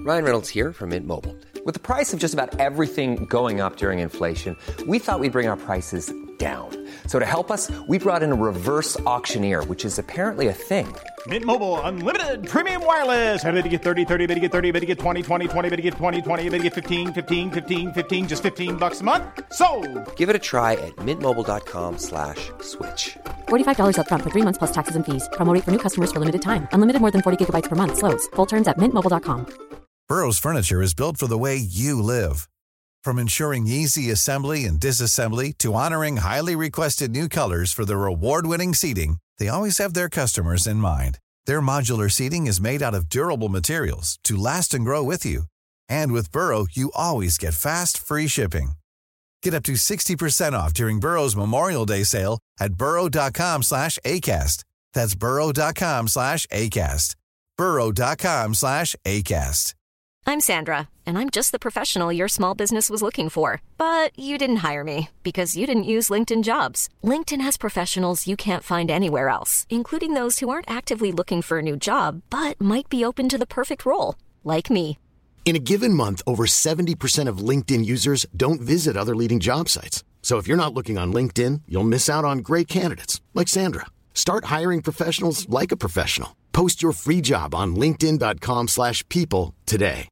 Ryan Reynolds here from Mint Mobile. With the price of just about everything going up during inflation, we thought we'd bring our prices down. So to help us, we brought in a reverse auctioneer, which is apparently a thing. Mint Mobile Unlimited Premium Wireless. How to get 30, 30, bit to get 30, bit to get 20, 20, 20, bit to get 20, 20, bit to get 15, 15, 15, 15, just $15 a month? Sold! Give it a try at mintmobile.com/switch. $45 up front for 3 months plus taxes and fees. Promo rate for new customers for limited time. Unlimited more than 40 gigabytes per month. Slows full terms at mintmobile.com. Burrow's furniture is built for the way you live. From ensuring easy assembly and disassembly to honoring highly requested new colors for their award-winning seating, they always have their customers in mind. Their modular seating is made out of durable materials to last and grow with you. And with Burrow, you always get fast, free shipping. Get up to 60% off during Burrow's Memorial Day sale at burrow.com/ACAST. That's burrow.com/ACAST. burrow.com/ACAST. I'm Sandra, and I'm just the professional your small business was looking for. But you didn't hire me because you didn't use LinkedIn Jobs. LinkedIn has professionals you can't find anywhere else, including those who aren't actively looking for a new job, but might be open to the perfect role, like me. In a given month, over 70% of LinkedIn users don't visit other leading job sites. So if you're not looking on LinkedIn, you'll miss out on great candidates, like Sandra. Start hiring professionals like a professional. Post your free job on linkedin.com/people today.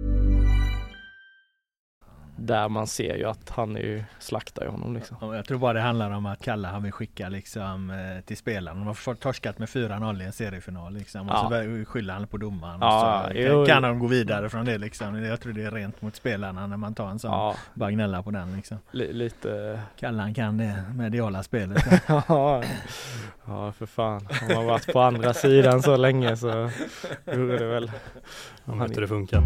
Där man ser ju att han är ju slaktar ju honom liksom. Jag tror bara det handlar om att Kalle han vill skicka liksom till spelarna. De har torskat med 4-0 i en seriefinal liksom. Och så skyller han på domaren. Och så kan de gå vidare från det liksom. Jag tror det är rent mot spelarna när man tar en sån bara gnälla på den liksom. Lite Kalle han kan det mediala spelet. Ja, för fan. Om man varit på andra sidan så länge så vore det väl om inte det funkar.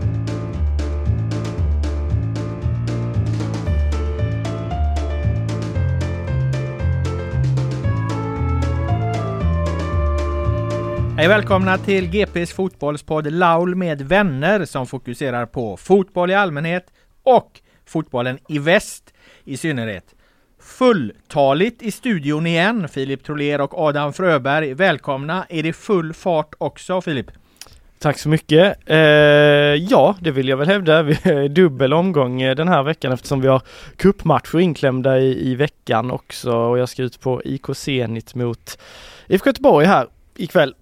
Hej, välkomna till GPs fotbollspodd Laul med vänner som fokuserar på fotboll i allmänhet och fotbollen i väst i synnerhet. Fulltaligt i studion igen, Filip Troler och Adam Fröberg. Välkomna, är det full fart också, Filip? Tack så mycket. Ja, det vill jag väl hävda. Vi är dubbel omgång den här veckan eftersom vi har cupmatcher inklämda i veckan också. Och jag ska ut på IK Zenit mot IFK Göteborg här ikväll.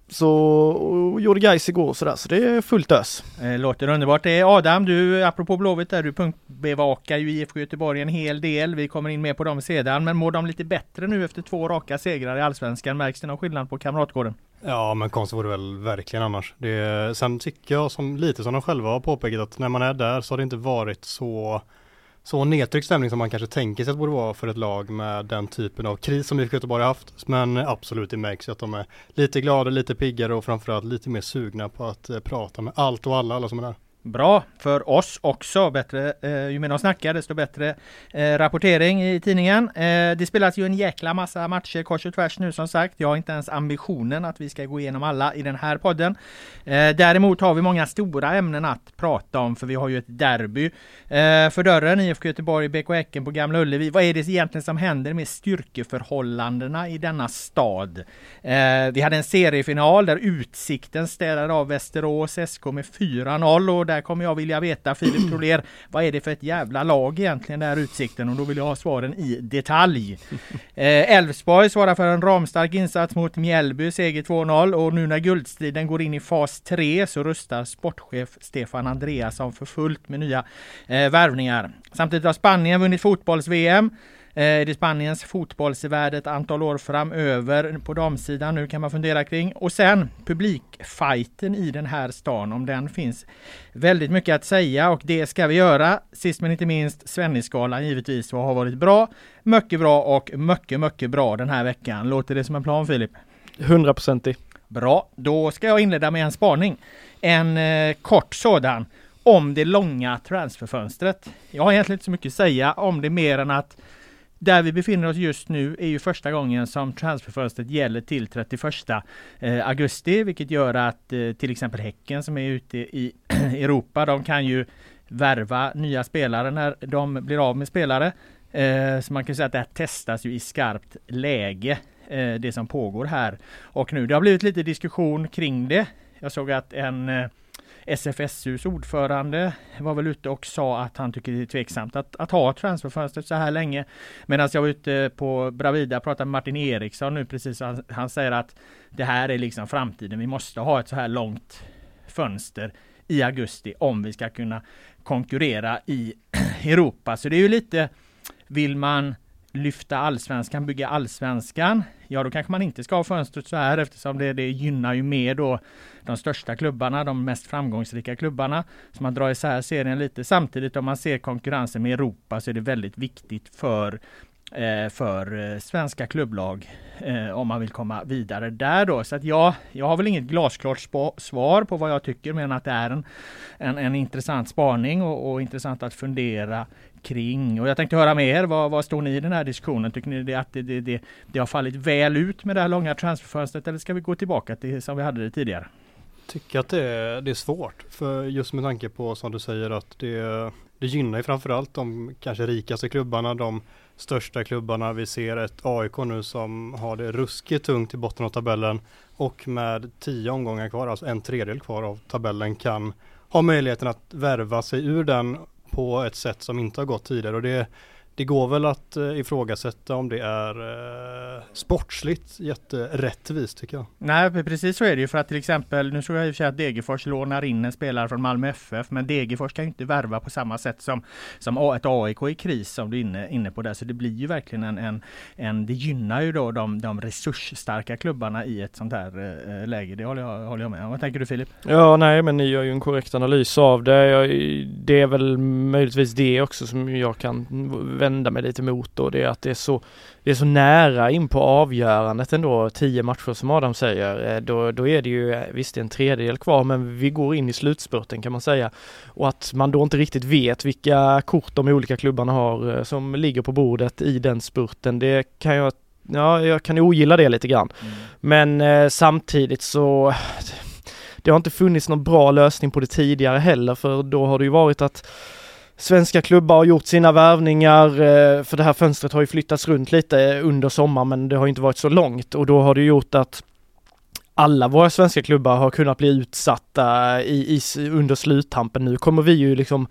Så gjorde Gais igår sådär, så det är fullt ös. Låter underbart. Adam, du, apropå Blåvitt där, du punktbevakar ju IFK Göteborg en hel del. Vi kommer in mer på dem sedan. Men mår de lite bättre nu efter 2 raka segrar i Allsvenskan? Märks det någon skillnad på Kamratgården? Ja, men konstigt var det väl verkligen annars. Sen tycker jag lite som de själva har påpekat att när man är där så har det inte varit så nedtryckt stämning som man kanske tänker sig att det borde vara för ett lag med den typen av kris som IFK Göteborg har haft. Men absolut, det märks att de är lite glada, lite piggare och framförallt lite mer sugna på att prata med allt och alla som är där. Bra för oss också. Bättre, ju mer de snackar desto bättre rapportering i tidningen. Det spelas ju en jäkla massa matcher kors och tvärs nu som sagt. Jag har inte ens ambitionen att vi ska gå igenom alla i den här podden. Däremot har vi många stora ämnen att prata om, för vi har ju ett derby för dörren. IFK Göteborg, BK Häcken på Gamla Ullevi. Vad är det egentligen som händer med styrkeförhållandena i denna stad? Vi hade en seriefinal där Utsikten städade av Västerås SK med 4-0 och där kommer jag vilja veta, Filip Troler, vad är det för ett jävla lag egentligen där Utsikten? Och då vill jag ha svaren i detalj. Elfsborg svarar för en ramstark insats mot Mjällby, seger 2-0, och nu när guldstriden går in i fas 3 så rustar sportchef Stefan Andreasson för fullt med nya värvningar. Samtidigt har Spanien vunnit fotbolls-VM. Det är Spaniens fotbollsvärde ett antal år framöver på damsidan nu kan man fundera kring. Och sen publikfighten i den här stan, om den finns väldigt mycket att säga och det ska vi göra. Sist men inte minst Svennisgalan givetvis har varit bra, mycket bra och mycket bra den här veckan. Låter det som en plan, Filip? 100%. Bra, då ska jag inleda med en spaning. En kort sådan om det långa transferfönstret. Jag har egentligen inte så mycket att säga om det mer än att där vi befinner oss just nu är ju första gången som transferfönstret gäller till 31 augusti, vilket gör att till exempel Häcken som är ute i Europa, de kan ju värva nya spelare när de blir av med spelare. Så man kan säga att det här testas ju i skarpt läge, det som pågår här. Och nu, det har blivit lite diskussion kring det. Jag såg att SFSUs ordförande var väl ute och sa att han tycker det är tveksamt att ha transferfönstret så här länge. Medan jag var ute på Bravida och pratade med Martin Eriksson nu precis. Han säger att det här är liksom framtiden. Vi måste ha ett så här långt fönster i augusti om vi ska kunna konkurrera i Europa. Så det är ju lite, vill man lyfta allsvenskan, bygga allsvenskan, ja då kanske man inte ska ha fönstret så här, eftersom det gynnar ju mer då de största klubbarna, de mest framgångsrika klubbarna, så man drar isär serien lite. Samtidigt om man ser konkurrensen med Europa så är det väldigt viktigt för svenska klubblag om man vill komma vidare där då. Så att jag har väl inget glasklart svar på vad jag tycker, men att det är en intressant spaning och intressant att fundera kring. Och jag tänkte höra med er, vad står ni i den här diskussionen? Tycker ni att det har fallit väl ut med det här långa transferfönstret, eller ska vi gå tillbaka till som vi hade det tidigare? Tycker att det är svårt, för just med tanke på som du säger att det gynnar ju framförallt de kanske rikaste klubbarna, de största klubbarna. Vi ser ett AIK nu som har det ruskigt tungt i botten av tabellen och med 10 omgångar kvar, alltså en tredjedel kvar av tabellen, kan ha möjligheten att värva sig ur den på ett sätt som inte har gått tidigare, och det går väl att ifrågasätta om det är sportsligt jätterättvist, tycker jag. Nej, precis så är det ju, för att till exempel, nu såg jag i och för sig att Degerfors lånar in en spelare från Malmö FF, men Degerfors kan ju inte värva på samma sätt som ett AIK i kris som du är inne på där, så det blir ju verkligen det gynnar ju då de resursstarka klubbarna i ett sånt här läge. Det håller jag med. Vad tänker du, Filip? Ja, nej, men ni gör ju en korrekt analys av det. Det är väl möjligtvis det också som jag kan vända mig lite mot då, det är att det är så nära in på avgörandet ändå, 10 matcher som Adam säger, då är det ju visst en tredjedel kvar, men vi går in i slutspurten kan man säga, och att man då inte riktigt vet vilka kort de olika klubbarna har som ligger på bordet i den spurten, det kan jag kan ogilla det lite grann, men samtidigt så det har inte funnits någon bra lösning på det tidigare heller, för då har det ju varit att svenska klubbar har gjort sina värvningar, för det här fönstret har ju flyttats runt lite under sommaren, men det har inte varit så långt, och då har det gjort att alla våra svenska klubbar har kunnat bli utsatta under sluttampen. Nu kommer vi ju liksom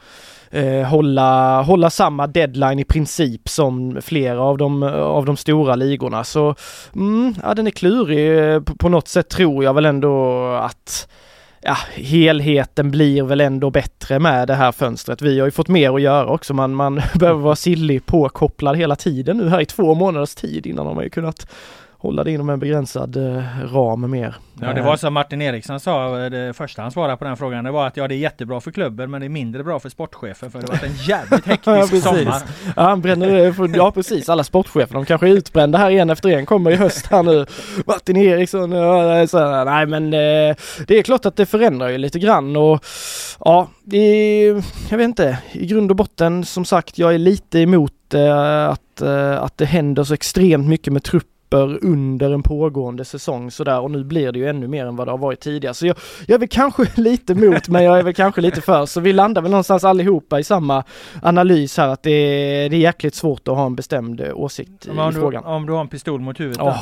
hålla samma deadline i princip som flera av de stora ligorna, så den är klurig på något sätt. Tror jag väl ändå att helheten blir väl ändå bättre med det här fönstret. Vi har ju fått mer att göra också. Man behöver vara sillig påkopplad hela tiden nu här i 2 månaders tid, innan har man ju kunnat hålla det inom en begränsad ram mer. Ja, det var som Martin Eriksson sa, det första han svarade på den frågan, det var att det är jättebra för klubben, men det är mindre bra för sportchefer, för det var en jävligt hektisk sommar. Ja, han bränner precis. Alla sportchefer, de kanske är utbrända här en efter en, kommer i höst här nu. Martin Eriksson, nej men det är klart att det förändrar ju lite grann, och ja, jag vet inte, i grund och botten som sagt, jag är lite emot att det händer så extremt mycket med trupp under en pågående säsong sådär, och nu blir det ju ännu mer än vad det har varit tidigare, så jag är väl kanske lite emot, men jag är väl kanske lite för, så vi landar väl någonstans allihopa i samma analys här, att det är jäkligt svårt att ha en bestämd åsikt i frågan. Om du har en pistol mot huvudet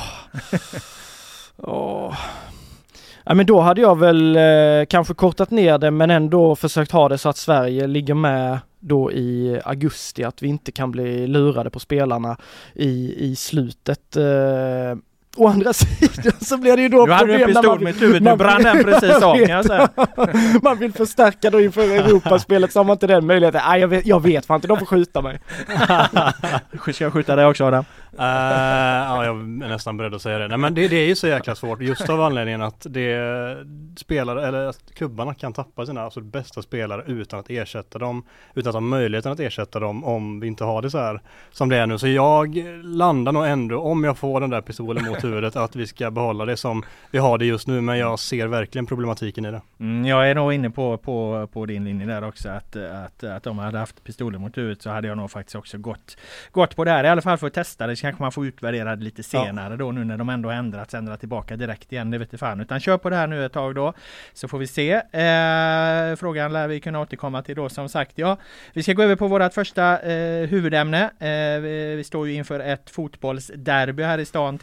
då? Ja, men då hade jag väl kanske kortat ner det, men ändå försökt ha det så att Sverige ligger med då i augusti, att vi inte kan bli lurade på spelarna i slutet. Å andra sidan så blir det ju då problem. Du hade en pistol med huvudet, nu brann den precis av, kan jag säga. Man vill förstärka då inför Europaspelet, så har man inte den möjligheten. Jag vet fan inte, de får skjuta mig. Ska jag skjuta dig också, Adam? Ja, jag är nästan beredd att säga det. Nej, men det är ju så jäkla svårt, just av anledningen att spelare, eller att klubbarna kan tappa sina absolut bästa spelare utan att ersätta dem, utan att ha möjligheten att ersätta dem om vi inte har det så här som det är nu. Så jag landar nog ändå, om jag får den där pistolen mot huvudet, att vi ska behålla det som vi har det just nu, men jag ser verkligen problematiken i det. Jag är nog inne på din linje där också, att om jag hade haft pistolen mot huvudet så hade jag nog faktiskt också gått på det här, i alla fall för att testa det. Så kanske man får utvärdera det lite senare då, nu när de ändå ändra tillbaka direkt igen, det vet jag fan, utan kör på det här nu ett tag då, så får vi se. Frågan lär vi kunna återkomma till då, som sagt. Ja, vi ska gå över på vårt första huvudämne. Vi står ju inför ett fotbollsderby här i stan till helgen på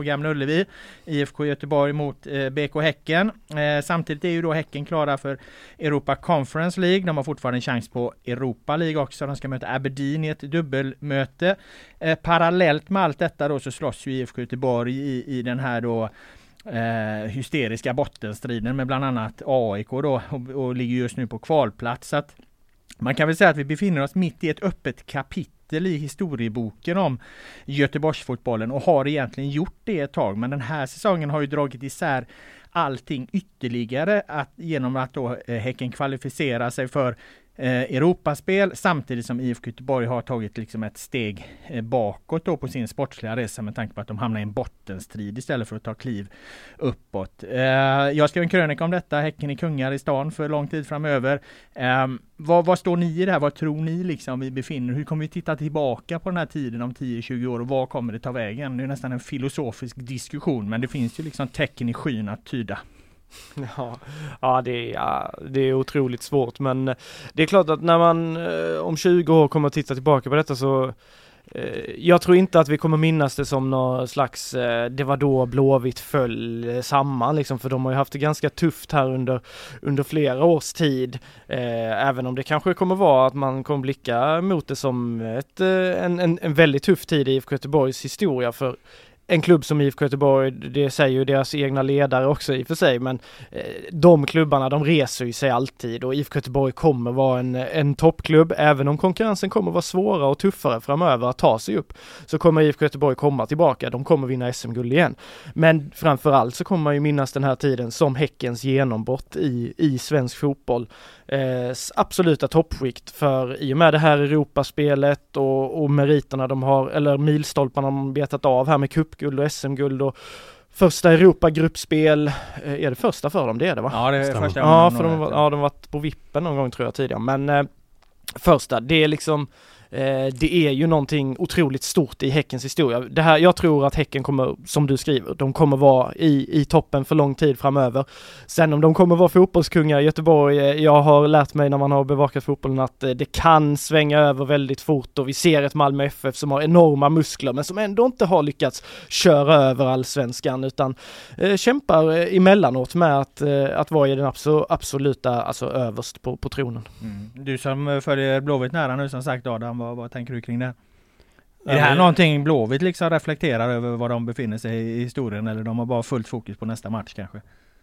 Gamla Ullevi. IFK Göteborg mot BK Häcken. Samtidigt är ju då Häcken klara för Europa Conference League. De har fortfarande en chans på Europa League också. De ska möta Aberdeen i ett dubbelmöte. Parallellt med allt detta då så slåss ju IFK Göteborg i den här då hysteriska bottenstriden med bland annat AIK då och ligger just nu på kvalplats. Så att man kan väl säga att vi befinner oss mitt i ett öppet kapitel i historieboken om Göteborgsfotbollen och har egentligen gjort det ett tag. Men den här säsongen har ju dragit isär allting ytterligare genom att då Häcken kvalificerar sig för Europaspel samtidigt som IFK Göteborg har tagit liksom ett steg bakåt då på sin sportsliga resa med tanke på att de hamnar i en bottenstrid istället för att ta kliv uppåt. Jag skrev en krönika om detta, Häcken i kungar i stan för lång tid framöver. Vad står ni i det här? Vad tror ni liksom vi befinner? Hur kommer vi titta tillbaka på den här tiden om 10-20 år och vad kommer det ta vägen? Det är nästan en filosofisk diskussion men det finns ju liksom tecken i skyn att tyda. Ja, det är otroligt svårt, men det är klart att när man om 20 år kommer att titta tillbaka på detta så jag tror inte att vi kommer minnas det som någon slags det var då Blåvitt föll samman liksom, för de har ju haft det ganska tufft här under flera års tid, även om det kanske kommer vara att man kommer blicka mot det som en väldigt tuff tid i IFK Göteborgs historia för en klubb som IFK Göteborg, det säger ju deras egna ledare också i och för sig, men de klubbarna, de reser ju sig alltid och IFK Göteborg kommer vara en toppklubb, även om konkurrensen kommer vara svårare och tuffare framöver att ta sig upp, så kommer IFK Göteborg komma tillbaka, de kommer vinna SM-guld igen. Men framförallt så kommer man ju minnas den här tiden som Häckens genombrott i svensk fotboll. Absoluta toppskikt, för i och med det här Europaspelet och meriterna de har, eller milstolparna de betat av här med cupguld och SM-guld och första Europa-gruppspel, är det första för dem? Det är det, va? Ja, det är första. Ja, för de har varit på vippen någon gång tror jag tidigare, men första, det är liksom det är ju någonting otroligt stort i Häckens historia. Det här, jag tror att Häcken kommer, som du skriver, de kommer vara i toppen för lång tid framöver. Sen om de kommer vara fotbollskungar i Göteborg, jag har lärt mig när man har bevakat fotbollen att det kan svänga över väldigt fort och vi ser ett Malmö FF som har enorma muskler men som ändå inte har lyckats köra över allsvenskan utan kämpar emellanåt med att vara i den absoluta, alltså överst på tronen. Du som följer Blåvitt nära nu som sagt Adam, vad tänker du kring det? Är det här någonting Blåvitt liksom reflekterar över var de befinner sig i historien eller de har bara fullt fokus på nästa match kanske?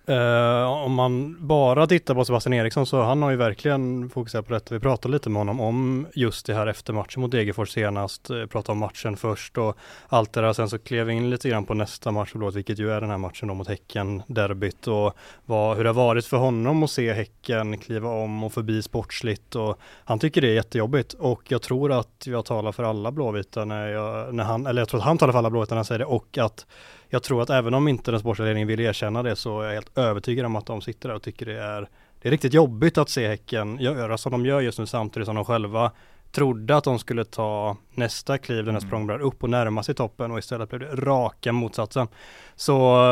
Om man bara tittar på Sebastian Eriksson så han har ju verkligen fokuserat på detta. Vi pratade lite med honom om just det här efter matchen mot Degerfors senast. Pratade om matchen först och allt det där. Sen så klev vi in lite grann på nästa match vilket ju är den här matchen då mot Häcken, derbyt och hur det har varit för honom att se Häcken kliva om och förbi sportsligt och han tycker det är jättejobbigt och jag tror att jag talar för alla blåvita jag tror att han talar för alla blåvita när han säger det och att jag tror att även om inte den sportsliga ledningen vill erkänna det så är jag helt övertygad om att de sitter där och tycker det är riktigt jobbigt att se Häcken göra som de gör just nu samtidigt som de själva trodde att de skulle ta nästa kliv, den här språngbrädan upp och närma sig toppen och istället blev det raka motsatsen. Så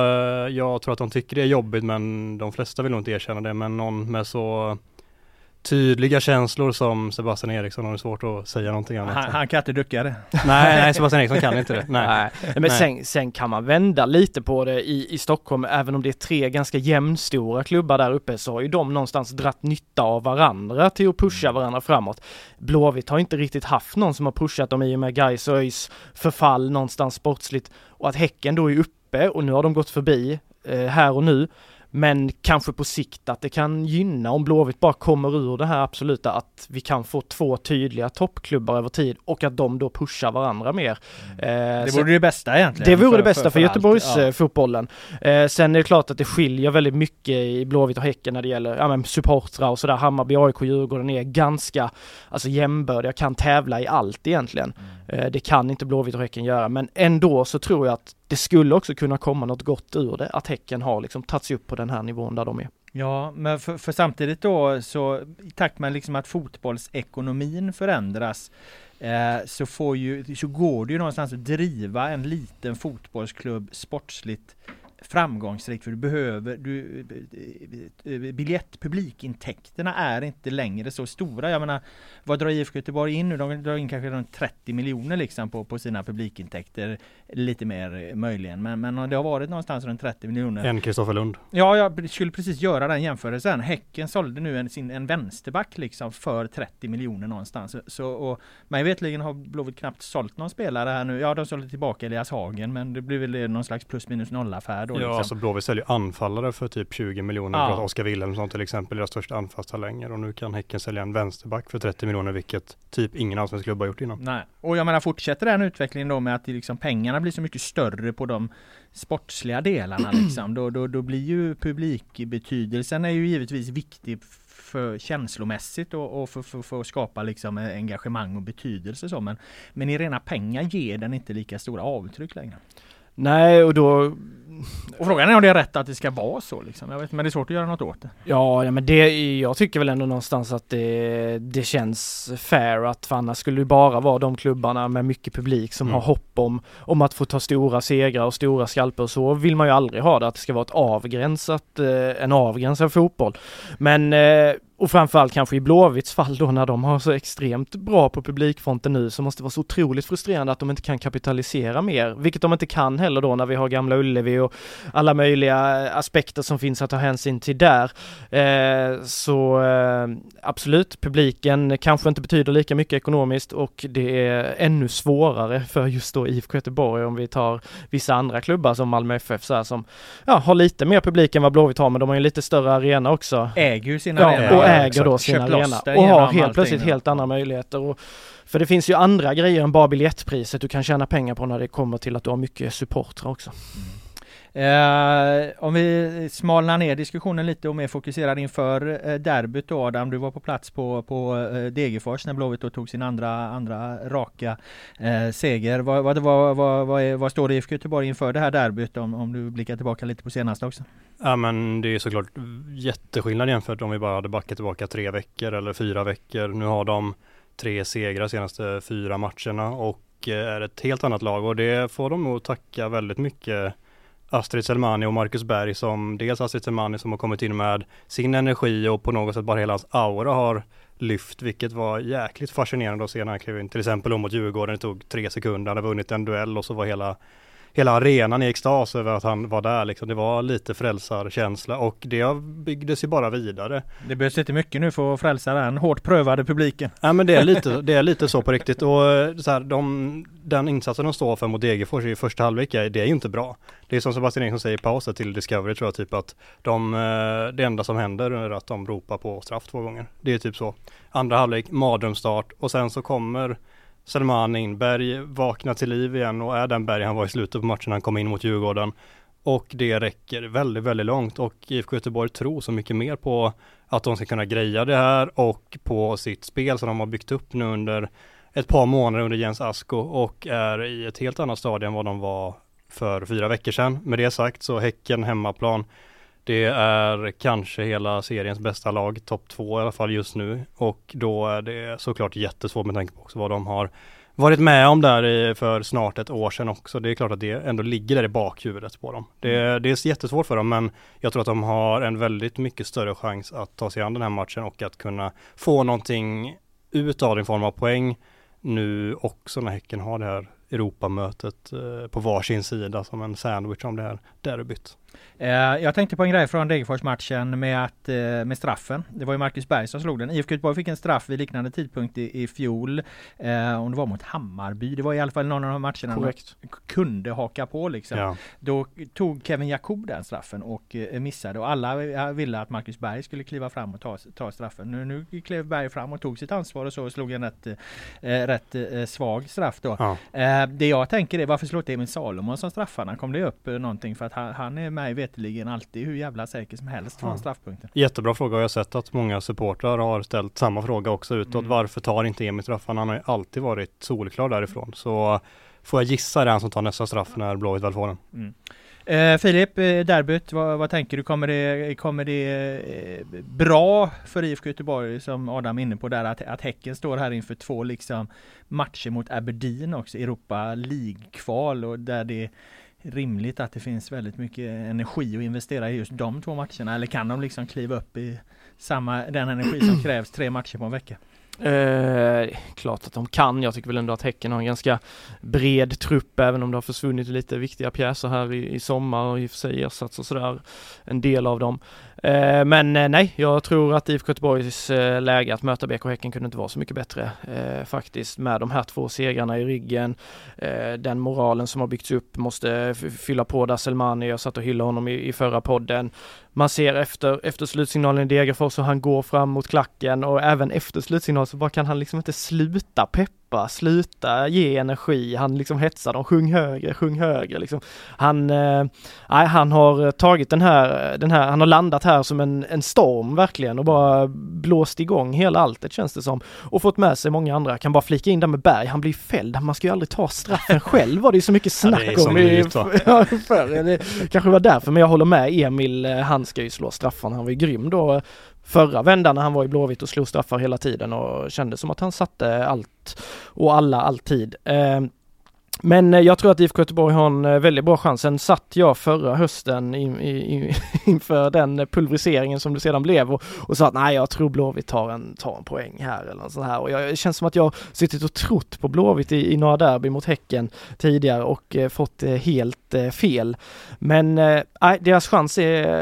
jag tror att de tycker det är jobbigt men de flesta vill nog inte erkänna det, men någon med så tydliga känslor som Sebastian Eriksson har svårt att säga någonting annat. Han kan inte ducka det. Nej, Sebastian Eriksson kan inte det. Nej. Men sen kan man vända lite på det i Stockholm, även om det är 3 ganska jämnstora klubbar där uppe så har ju de någonstans dratt nytta av varandra till att pusha varandra framåt. Blåvitt har inte riktigt haft någon som har pushat dem i och med Gais och ÖIS förfall någonstans sportsligt och att Häcken då är uppe och nu har de gått förbi här och nu. Men kanske på sikt att det kan gynna om Blåvitt bara kommer ur det här absoluta att vi kan få 2 tydliga toppklubbar över tid och att de då pushar varandra mer. Det vore det bästa egentligen. Det vore det bästa för Göteborgs fotbollen. Sen är det klart att det skiljer väldigt mycket i Blåvitt och Häcken när det gäller supportrar och sådär. Hammarby, AIK, Djurgården är ganska jämbördiga, kan tävla i allt egentligen. Det kan inte Blåvitt och Häcken göra, men ändå så tror jag att det skulle också kunna komma något gott ur det, att Häcken har tagit sig upp på den här nivån där de är. Ja, men för samtidigt då så i takt med att fotbollsekonomin förändras så går det ju någonstans att driva en liten fotbollsklubb sportsligt framgångsrikt, för du behöver publikintäkterna är inte längre så stora. Jag menar, vad drar IFK Göteborg in nu? De drar in kanske runt 30 miljoner liksom på sina publikintäkter, lite mer möjligen, men det har varit någonstans runt 30 miljoner. En Kristoffer Lund. Ja, jag skulle precis göra den jämförelsen. Häcken sålde nu en vänsterback liksom för 30 miljoner någonstans. Så, och mig vetligen har Blåvitt knappt sålt någon spelare här nu. Ja, de sålde tillbaka Elias Hagen, men det blir väl någon slags plus minus noll affär då. Ja, liksom. alltså Blåvitt säljer anfallare för typ 20 miljoner. Ja. Oskar Wilhelmsson till exempel, deras största anfallstalänger, och nu kan Häcken sälja en vänsterback för 30 miljoner, vilket typ ingen allsvensk klubb har gjort innan. Nej, och jag menar, fortsätter den utvecklingen då med att det liksom, pengarna blir så mycket större på de sportsliga delarna liksom, då blir ju publikbetydelsen är ju givetvis viktig för känslomässigt och för att skapa liksom engagemang och betydelse så, men i rena pengar ger den inte lika stora avtryck längre. Nej, och frågan är om det är rätt att det ska vara så liksom. Jag vet, men det är svårt att göra något åt det. Ja, men jag tycker väl ändå någonstans att det känns fair, att för annars skulle det bara vara de klubbarna med mycket publik som har hopp om att få ta stora segrar och stora skalper, och så vill man ju aldrig ha det, att det ska vara en avgränsad fotboll. Men och framförallt kanske i Blåvitts fall då, när de har så extremt bra på publikfronten nu, så måste det vara så otroligt frustrerande att de inte kan kapitalisera mer, vilket de inte kan heller då när vi har Gamla Ullevi och alla möjliga aspekter som finns att ta hänsyn till där. Så absolut, publiken kanske inte betyder lika mycket ekonomiskt, och det är ännu svårare för just då IFK Göteborg om vi tar vissa andra klubbar som Malmö FF så här, som har lite mer publik än vad Blåvitt har, men de har ju en lite större arena också. Äger ju sin arena. Och äger då sin arena och har helt plötsligt helt andra möjligheter. Och, för det finns ju andra grejer än bara biljettpriset du kan tjäna pengar på när det kommer till att du har mycket supportrar också. Om vi smalnar ner diskussionen lite och mer fokuserar inför derbyt då, Adam, du var på plats på Degerfors när Blåvitt då tog sin andra raka seger. Vad står det IFK Göteborg inför det här derbyt, om du blickar tillbaka lite på senaste också? Ja, men det är såklart jätteskillnad jämfört om vi bara hade backat tillbaka 3 veckor eller 4 veckor. Nu har de 3 segrar senaste 4 matcherna och är ett helt annat lag, och det får de nog tacka väldigt mycket Astrid Selmani och Marcus Berg, som dels Astrid Selmani som har kommit in med sin energi och på något sätt bara hela hans aura har lyft, vilket var jäkligt fascinerande att se när han klev in. Till exempel mot Djurgården, det tog 3 sekunder, han hade vunnit en duell och så var hela arenan i extas över att han var där liksom. Det var lite frälsarkänsla och det byggdes ju bara vidare. Det behövs inte mycket nu för att frälsa den hårt prövade publiken. Ja, men det är lite så på riktigt, och så här, den insatsen de står för mot Degerfors i första halvlek, det är ju inte bra. Det är som Sebastian Eriksson säger i pausen till Discovery, tror jag, typ att det enda som händer är att de ropar på straff 2 gånger. Det är typ så. Andra halvlek, mardrömsstart, och sen så kommer Selman in, Berg vaknar till liv igen och är den Berg han var i slutet på matchen han kom in mot Djurgården, och det räcker väldigt, väldigt långt, och IFK Göteborg tror så mycket mer på att de ska kunna greja det här och på sitt spel som de har byggt upp nu under ett par månader under Jens Asko, och är i ett helt annat stadie än vad de var för 4 veckor sedan. Med det sagt så Häcken hemmaplan, det är kanske hela seriens bästa lag, topp 2 i alla fall just nu, och då är det såklart jättesvårt med tanke på också vad de har varit med om där för snart ett år sedan också. Det är klart att det ändå ligger där i bakhuvudet på dem. Det är jättesvårt för dem, men jag tror att de har en väldigt mycket större chans att ta sig an den här matchen och att kunna få någonting ut av den form av poäng nu också när Häcken har det här Europamötet på varsin sida som en sandwich om det här derbyt. Jag tänkte på en grej från Degerfors-matchen med straffen. Det var ju Marcus Berg som slog den. IFK Göteborg fick en straff vid liknande tidpunkt i fjol. Om det var mot Hammarby. Det var i alla fall någon av de matcherna man kunde haka på liksom. Ja. Då tog Kevin Jakob den straffen och missade. Och alla ville att Marcus Berg skulle kliva fram och ta straffen. Nu klev Berg fram och tog sitt ansvar och så slog en rätt svag straff då. Ja. Det jag tänker är, varför slår Emil Salomon som straffarna? Kom det upp någonting? För att han är mig veteligen alltid hur jävla säker som helst från straffpunkten. Jättebra fråga, och jag har sett att många supportrar har ställt samma fråga också utåt. Varför tar inte Emil straffan? Han har ju alltid varit solklar därifrån. Så får jag gissa det han som tar nästa straff när Blåvitt väl får den. Filip, derbyt, vad tänker du? Kommer det bra för IFK Göteborg, som Adam är inne på där, att Häcken står här inför 2 liksom matcher mot Aberdeen också, Europa League-kval, och där det rimligt att det finns väldigt mycket energi att investera i just de 2 matcherna? Eller kan de liksom kliva upp i den energi som krävs 3 matcher på en vecka? Klart att de kan. Jag tycker väl ändå att Häcken har en ganska bred trupp, även om det har försvunnit lite viktiga pjäser här i sommar och i och för sig ersatts och sådär, en del av dem. Men nej, jag tror att IFK Göteborgs läge att möta BK Häcken kunde inte vara så mycket bättre faktiskt, med de här 2 segrarna i ryggen. Den moralen som har byggts upp måste fylla på där. Selmani, jag satt och hyllade honom i förra podden. Man ser efter slutsignalen i Degerfors så han går fram mot klacken, och även efter slutsignalen så bara kan han liksom inte sluta peppa, sluta ge energi. Han liksom hetsar dem, sjung högre liksom. Han har tagit den här, han har landat här som en storm verkligen och bara blåst igång hela alltet, känns det som, och fått med sig många andra. Kan bara flika in där med Berg, han blir fälld, man ska ju aldrig ta straffen själv, var det så mycket snack om förr. Det kanske var därför, men jag håller med Emil, han ska ju slå straffan, han var ju grym då förra vändan när han var i Blåvitt och slog straffar hela tiden och kände som att han satte allt och alla alltid. Men jag tror att IFK Göteborg har en väldigt bra chans. Sen satt jag förra hösten inför den pulveriseringen som det sedan blev och sa att nej, jag tror Blåvitt tar en poäng här eller något sånt här. Och jag känns som att jag suttit och trott på Blåvitt i några derby mot Häcken tidigare och fått helt fel. Men deras chans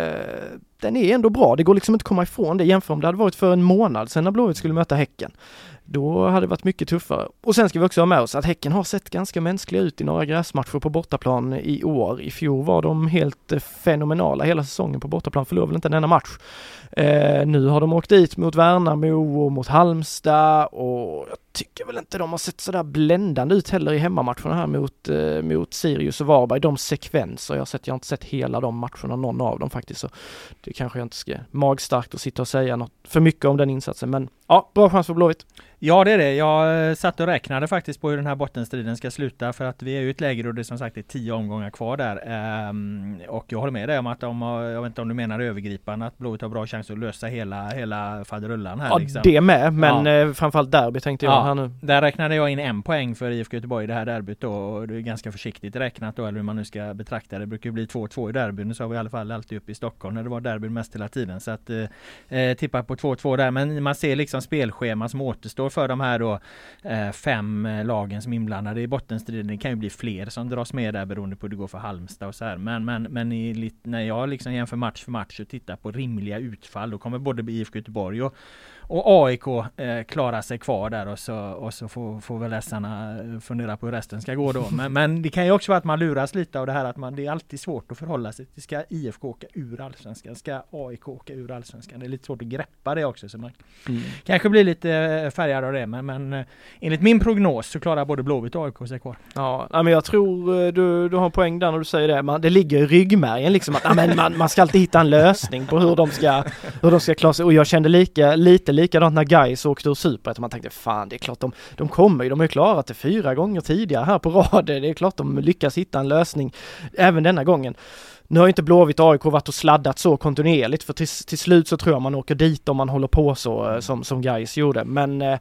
den är ändå bra. Det går liksom inte att komma ifrån det, jämfört om det hade varit för en månad sedan när Blåvitt skulle möta Häcken. Då hade det varit mycket tuffare. Och sen ska vi också ha med oss att Häcken har sett ganska mänskliga ut i några gräsmatcher på bortaplan i år. I fjol var de helt fenomenala hela säsongen på bortaplan, förlorade väl inte en enda match. Nu har de åkt dit mot Värnamo och mot Halmstad, och jag tycker väl inte de har sett sådär bländande ut heller i hemmamatcherna här mot Sirius och Varberg. De sekvenser jag har inte sett hela de matcherna, någon av dem faktiskt, så det kanske jag inte ska magstarkt att sitta och säga något för mycket om den insatsen, men ja, bra chans för Blåvitt. Ja, det är det. Jag satt och räknade faktiskt på hur den här bottenstriden ska sluta, för att vi är ju ett läge då det som sagt är 10 omgångar kvar där. Och jag håller med dig om att jag vet inte om du menar övergripande att Blåvitt har bra chans att lösa hela faderullan här. Ja, liksom. Det med, men framförallt derby tänkte jag här nu. Där räknade jag in 1 poäng för IFK Göteborg i det här derbyt då, och det är ganska försiktigt räknat då, eller hur man nu ska betrakta det. Det brukar ju bli 2-2 i derbyn, så har vi i alla fall alltid uppe i Stockholm när det var derbyn mest hela tiden, så att tippa på 2-2 där, men man ser liksom spelschema som återstår för de här då 5 lagen som är inblandade i bottenstriden. Det kan ju bli fler som dras med där beroende på hur det går för Halmstad och så här. Men när jag liksom jämför match för match och tittar på rimliga utfall, då kommer både IFK Göteborg och AIK klara sig kvar där, och så får väl läsarna fundera på hur resten ska gå då. Men det kan ju också vara att man luras lite av det här att det är alltid svårt att förhålla sig. Det ska IFK åka ur allsvenskan, ska AIK åka ur allsvenskan. Det är lite svårt att greppa det också, så man kanske blir lite färgad av det, men enligt min prognos så klarar både Blåvitt och AIK sig kvar. Ja, men jag tror du har en poäng där när du säger det. Det ligger i ryggmärgen liksom att man ska alltid hitta en lösning på hur de ska klara sig. Och jag kände likadant när Gais åkte ur Superettan. Man tänkte, fan, det är klart de kommer ju. De har ju klarat det 4 gånger tidigare här på rad. Det är klart de lyckas hitta en lösning även denna gången. Nu har inte Blåvitt och AIK varit och sladdat så kontinuerligt, för till slut så tror jag man åker dit om man håller på så som Gais gjorde. Men det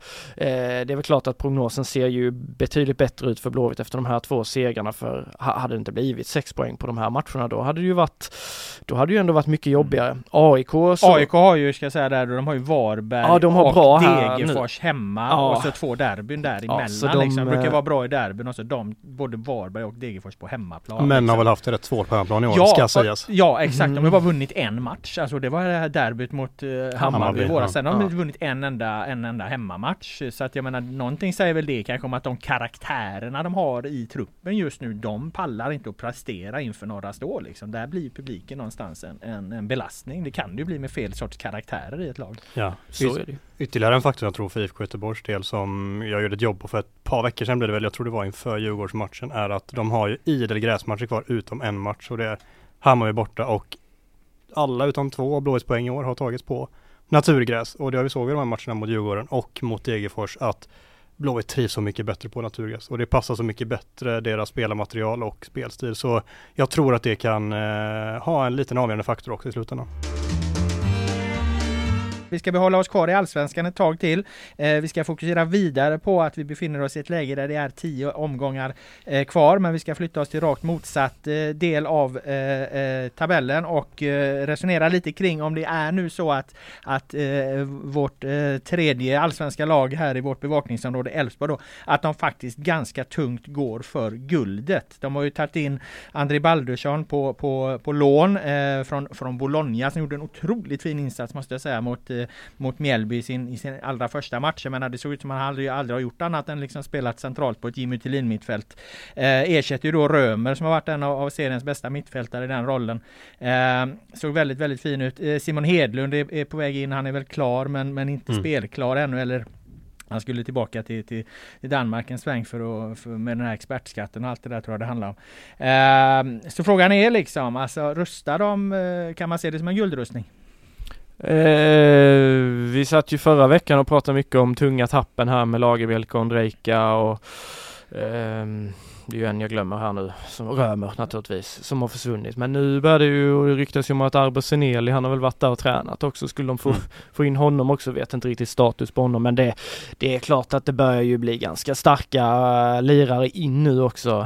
är väl klart att prognosen ser ju betydligt bättre ut för Blåvitt efter de här 2 segrarna, för hade det inte blivit 6 poäng på de här matcherna, då hade det ju ändå varit mycket jobbigare. AIK har ju, ska jag säga där, de har ju Varberg och Degerfors hemma, och så 2 derbyn däremellan. De brukar vara bra i derbyn, och så både Varberg och Degerfors på hemmaplan. Men liksom. har väl haft det rätt svårt på hemmaplan i år. Ja, exakt. De har bara vunnit 1 match. Alltså det var det här derbyt mot Hammarby i våras. Sen har de vunnit en enda hemmamatch. Så att jag menar, någonting säger väl det kanske om att de karaktärerna de har i truppen just nu, de pallar inte att prestera inför Norra Stå. Liksom. Där blir publiken någonstans en belastning. Det kan ju bli med fel sorts karaktärer i ett lag. Ja, så är det. Ytterligare en faktor jag tror för IFK Göteborgs del, som jag gjorde ett jobb på för ett par veckor sedan, blev det väl, jag tror det var inför Djurgårdsmatchen, är att de har ju idel gräsmatcher kvar utom en match, och det är Hammarby borta, och alla utom 2 Blåvittspoäng i år har tagits på naturgräs, och det har vi såg i de här matcherna mot Djurgården och mot Degerfors, att Blåvitt trivs så mycket bättre på naturgräs, och det passar så mycket bättre deras spelarmaterial och spelstil, så jag tror att det kan ha en liten avgörande faktor också i slutändan. Vi ska behålla oss kvar i Allsvenskan ett tag till. Vi ska fokusera vidare på att vi befinner oss i ett läge där det är 10 omgångar kvar, men vi ska flytta oss till rakt motsatt del av tabellen och resonera lite kring om det är nu så att vårt tredje allsvenska lag här i vårt bevakningsområde Elfsborg då, att de faktiskt ganska tungt går för guldet. De har ju tagit in André Baldursson på lån från Bologna, som gjorde en otroligt fin insats måste jag säga mot Mjällby i sin allra första match. Men det såg ut som han aldrig har gjort annat än liksom spelat centralt på ett Jimmy Tillin mittfält. Ersätter ju då Römer som har varit en av seriens bästa mittfältare i den rollen. Såg väldigt, väldigt fin ut. Simon Hedlund är på väg in, han är väl klar men inte spelklar ännu, eller han skulle tillbaka till Danmark en sväng med den här expertskatten och allt det där tror jag det handlar om. Så frågan är liksom, alltså rustar de, kan man se det som en guldrustning? Vi satt ju förra veckan och pratade mycket om tunga tappen här med Lagerbielke och Ondrejka och det är ju en jag glömmer här nu, som Römer naturligtvis, som har försvunnit. Men nu börjar det ju ryktas om att Arbo Seneli, han har väl varit där och tränat också. Skulle de få in honom också, vet inte riktigt status på honom. Men det är klart att det börjar ju bli ganska starka lirare in nu också.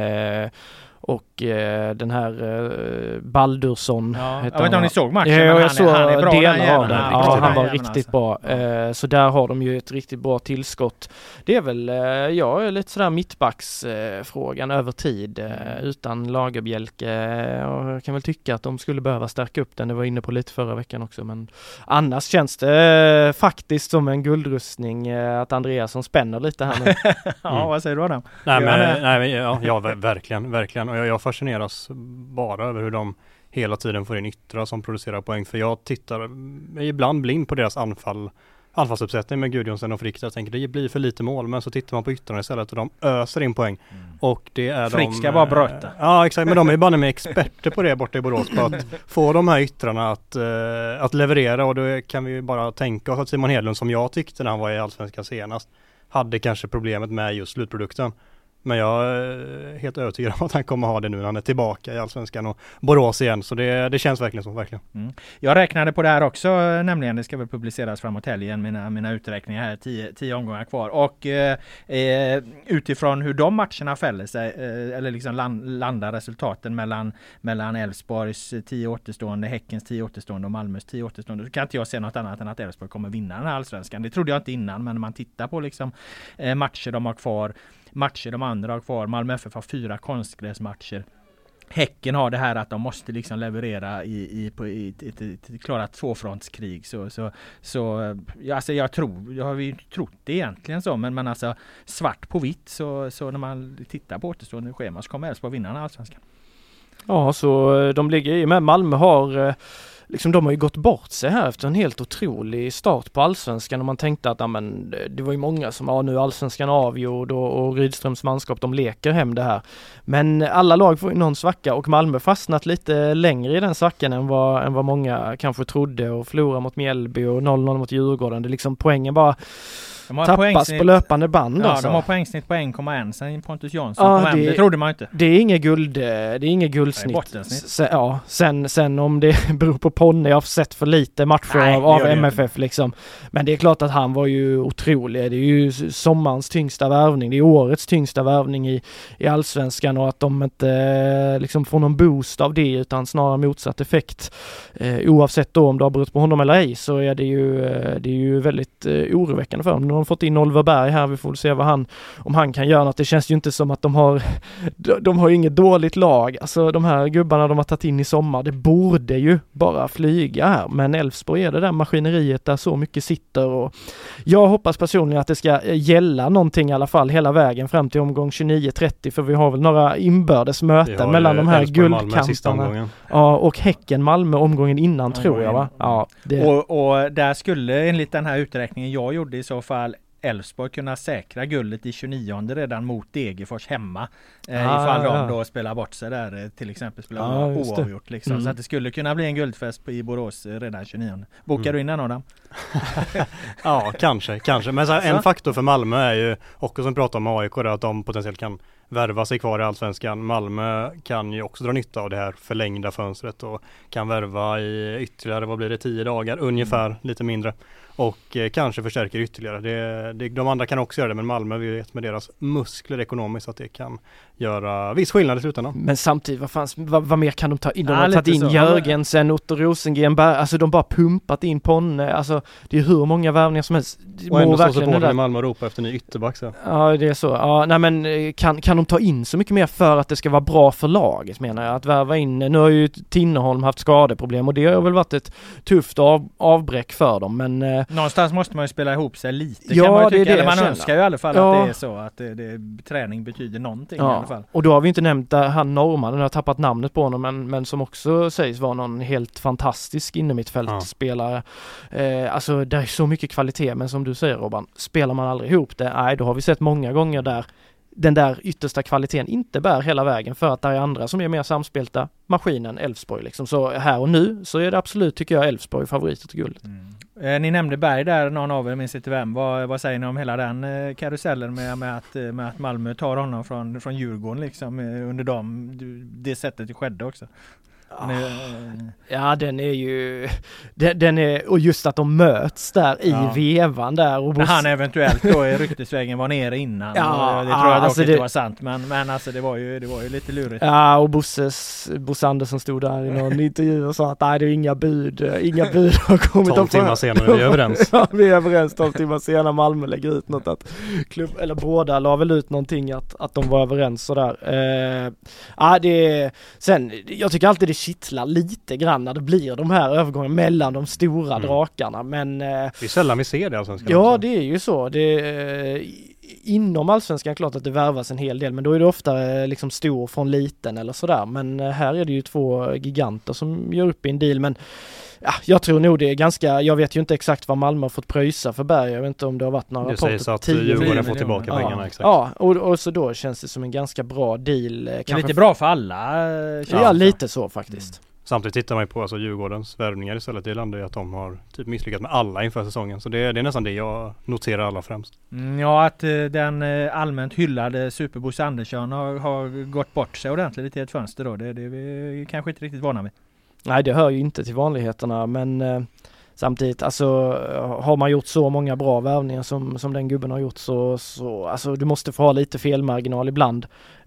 Och den här Baldursson. Ja, jag vet inte om ni såg matchen. Ja, men jag såg han är bra, delar av den. Ja, han var riktigt alltså bra. Så där har de ju ett riktigt bra tillskott. Det är väl lite sådär mittbacksfrågan över tid. Utan Lagerbielke. Jag kan väl tycka att de skulle behöva stärka upp den. Det var inne på lite förra veckan också. Men annars känns det faktiskt som en guldrustning att Andreasson spänner lite här nu. Ja, vad säger du Adam? Ja, verkligen. Och jag fascineras bara över hur de hela tiden får in yttrar som producerar poäng. För jag tittar ibland blind på deras anfallsuppsättning med Gudjonsen och Frick. Jag tänker det blir för lite mål, men så tittar man på yttrarna istället och de öser in poäng. Och det är Frick ska bara bröta. Ja, exakt, men de är bara med experter på det borta i Borås, på att få de här yttrarna att leverera. Och då kan vi bara tänka oss att Simon Hedlund, som jag tyckte när han var i Allsvenskan senast, hade kanske problemet med just slutprodukten. Men jag är helt övertygad om att han kommer ha det nu när han är tillbaka i Allsvenskan och Borås igen. Så det känns verkligen så, verkligen. Jag räknade på det här också, nämligen det ska väl publiceras framåt helgen, mina uträkningar här, 10 omgångar kvar. Och utifrån hur de matcherna fäller sig, eller liksom landar resultaten mellan Elfsborgs 10 återstående, Häckens 10 återstående och Malmös 10 återstående, så kan inte jag se något annat än att Elfsborg kommer vinna den här Allsvenskan. Det trodde jag inte innan, men när man tittar på liksom matcher de har kvar, matcher de andra har kvar. Malmö FF har 4 konstgräsmatcher. Häcken har det här att de måste liksom leverera i klara tvåfrontskrig. Jag har ju trott det egentligen så, men alltså svart på vitt så när man tittar på återstående schema så kommer Elfsborg vinna den Allsvenskan. Ja, så de ligger i med. Malmö har de har ju gått bort sig här efter en helt otrolig start på Allsvenskan, och man tänkte att det var ju många som nu Allsvenskan avgjord och Rydströms manskap, de leker hem det här. Men alla lag får ju någon svacka, och Malmö fastnat lite längre i den svackan än vad många kanske trodde, och förlora mot Mjällby och 0-0 mot Djurgården. Det är liksom poängen bara tappas på löpande band. Ja, de har poängsnitt på 1,1 sen Pontus Jansson kom hem. Det trodde man inte. Det är inget guldsnitt. Sen om det beror på Ponne, jag har sett för lite matcher av MFF liksom. Men det är klart att han var ju otrolig. Det är ju sommarens tyngsta värvning. Det är årets tyngsta värvning i Allsvenskan, och att de inte liksom får någon boost av det, utan snarare motsatt effekt. Oavsett då om det har berott på honom eller ej, så är det är ju väldigt oroväckande för dem. De har fått in Oliver Berg här, vi får se om han kan göra något. Det känns ju inte som att de har inget dåligt lag. Alltså de här gubbarna de har tagit in i sommar, det borde ju bara flyga här. Men Elfsborg är det där maskineriet där så mycket sitter, och jag hoppas personligen att det ska gälla någonting i alla fall hela vägen fram till omgång 29-30, för vi har väl några inbördes möten mellan de här guldkamparna. Ja, och Häcken Malmö omgången innan tror jag, va? Ja, och där skulle enligt den här uträkningen jag gjorde i så fall Elfsborg kunna säkra guldet i 29 redan mot Degerfors hemma. Ifall de då spelar bort sig där, till exempel spelar oavgjort liksom. Så att det skulle kunna bli en guldfest i Borås redan 29. Bokar du innan Adam? Ja, kanske. Men en faktor för Malmö är ju också, som pratar om AIK, att de potentiellt kan värva sig kvar i Allsvenskan. Malmö kan ju också dra nytta av det här förlängda fönstret och kan värva i ytterligare, vad blir det, 10 dagar ungefär, lite mindre. Och kanske förstärker ytterligare. De andra kan också göra det, men Malmö vet med deras muskler ekonomiskt att det kan göra viss skillnad i slutändan. Men samtidigt, vad mer kan de ta in? De har tagit in Jörgensen, Otto Rosengren, alltså de bara pumpat in Ponne. Alltså det är hur många värvningar som helst. Och ändå så supportar Malmö och Europa efter ny ytterback. Så. Ja, det är så. Ja, nej, men kan de ta in så mycket mer för att det ska vara bra för laget, menar jag? Att värva in, nu har ju Tinnerholm haft skadeproblem och det har väl varit ett tufft avbräck för dem, men någonstans måste man ju spela ihop sig lite, ja, kan man ju tycka. Det Eller man önskar ju i alla fall att det är så, att träning betyder någonting i alla fall. Och då har vi inte nämnt han norrmannen, jag har tappat namnet på honom, men som också sägs vara någon helt fantastisk innermittfältspelare. Alltså det är så mycket kvalitet, men som du säger Robban, spelar man aldrig ihop det, nej, då har vi sett många gånger där den där yttersta kvaliteten inte bär hela vägen för att det är andra som är mer samspelta, maskinen Elfsborg liksom. Så här och nu så är det absolut, tycker jag, Elfsborg favorit till guldet. Ni nämnde Berg där, någon av er, minns inte vem. Vad säger ni om hela den karusellen med att Malmö tar honom från Djurgården liksom, under det sättet det skedde också? Ja, den är ju och just att de möts där i vevan där och när han eventuellt då i ryktesvägen var nere innan. Det tror jag dock inte var sant, men alltså det var ju lite lurigt. Ja, och Bosse Andersson stod där i någon intervju och sa att nej, det är inga bud har kommit. 12 timmar senare är vi överens. Ja, vi är överens. 12 timmar senare Malmö lägger ut något att eller båda la väl ut någonting att de var överens sådär. Sen, jag tycker alltid det kittlar lite grann när det blir de här övergångarna mellan de stora drakarna, men det är sällan vi ser det Allsvenskan. Ja, också. det är ju så. Inom Allsvenskan klart att det värvas en hel del, men då är det ofta liksom stor från liten eller sådär, men här är det ju 2 giganter som gör upp i en deal, men ja, jag tror nog det är ganska, jag vet ju inte exakt vad Malmö har fått pröjsa för Berg, jag vet inte om det har varit några rapporter. Det sägs att Djurgården får tillbaka pengarna, exakt. Ja, och så då känns det som en ganska bra deal. Det är lite bra för alla. Ja, lite så faktiskt. Samtidigt tittar man ju på Djurgårdens värvningar istället. Det landar ju att de har typ misslyckats med alla inför säsongen. Så det är nästan det jag noterar allra främst. Ja, att den allmänt hyllade Bosse Andersson har gått bort sig ordentligt lite i ett fönster då. Det är vi kanske inte riktigt vana vid. Nej, det hör ju inte till vanligheterna, men samtidigt, alltså har man gjort så många bra värvningar som den gubben har gjort så alltså du måste få ha lite felmarginal ibland.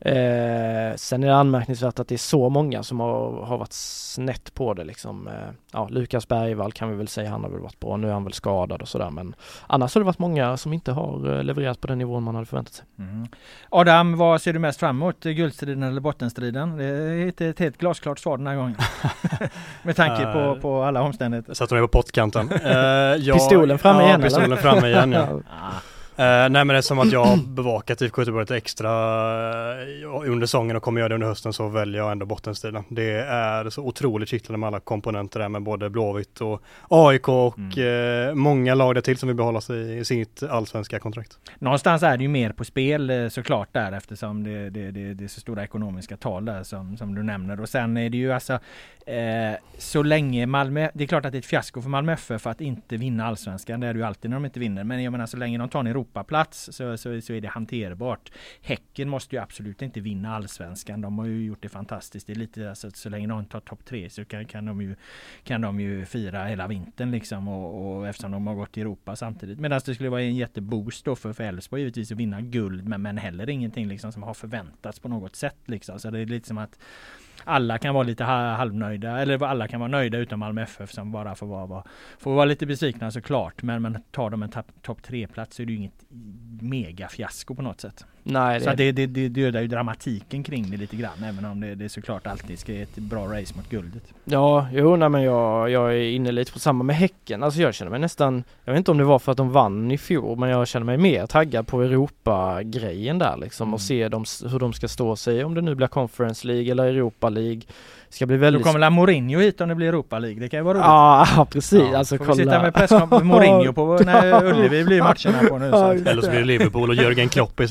Sen är det anmärkningsvärt att det är så många som har varit snett på det liksom. Lukas Bergvall kan vi väl säga, han har väl varit bra, nu är han väl skadad och sådär, men annars har det varit många som inte har levererat på den nivån man hade förväntat sig. Adam, vad ser du mest fram emot? Guldstriden eller bottenstriden? Det är inte ett helt glasklart svar den här gången. Med tanke på alla omständigheter. Satt de på pottkanten. Pistolen framme igen, pistolen eller? Framme igen, ja. Nej, men det är som att jag har bevakat IFK Göteborg lite extra under säsongen och kommer göra det under hösten, så väljer jag ändå bottenstriden. Det är så otroligt kittlande med alla komponenter där, med både Blåvitt och AIK och många lag där till som vill behålla sig i sitt allsvenska kontrakt. Någonstans är det ju mer på spel såklart där, eftersom det är så stora ekonomiska tal där som du nämner. Och sen är det ju alltså så länge Malmö, det är klart att det är ett fiasko för Malmö FF för att inte vinna allsvenskan, det är det ju alltid när de inte vinner, men jag menar så länge de tar en Europaplats så är det hanterbart. Häcken måste ju absolut inte vinna allsvenskan, de har ju gjort det fantastiskt, det är lite alltså, så länge de tar topp 3 så kan de ju fira hela vintern liksom, och eftersom de har gått till Europa samtidigt, medan det skulle vara en jätteboost då för Elfsborg givetvis att vinna guld, men heller ingenting liksom som har förväntats på något sätt liksom, så det är lite som att alla kan vara lite halvnöjda, eller alla kan vara nöjda utom Malmö FF som bara får vara lite besvikna såklart, men tar de en topp 3-plats så är det ju inget megafiasko på något sätt. Nej, så det dödar ju dramatiken kring det lite grann, även om det såklart alltid ska ett bra race mot guldet. Ja, men jag är inne lite på samma med Häcken. Alltså jag känner mig nästan, jag vet inte om det var för att de vann i fjol, men jag känner mig mer taggad på Europa-grejen där liksom, och se hur de ska stå sig, om det nu blir Conference League eller Europa League. Ska bli väldigt... Då kommer Mourinho hit om det blir Europa League. Det kan ju vara roligt. Ja, precis. Ja, alltså, får vi sitta med presskonferens med Mourinho på när Ullevi blir matcherna på nu. Eller så blir det Liverpool och Jürgen Klopp istället. Liksom.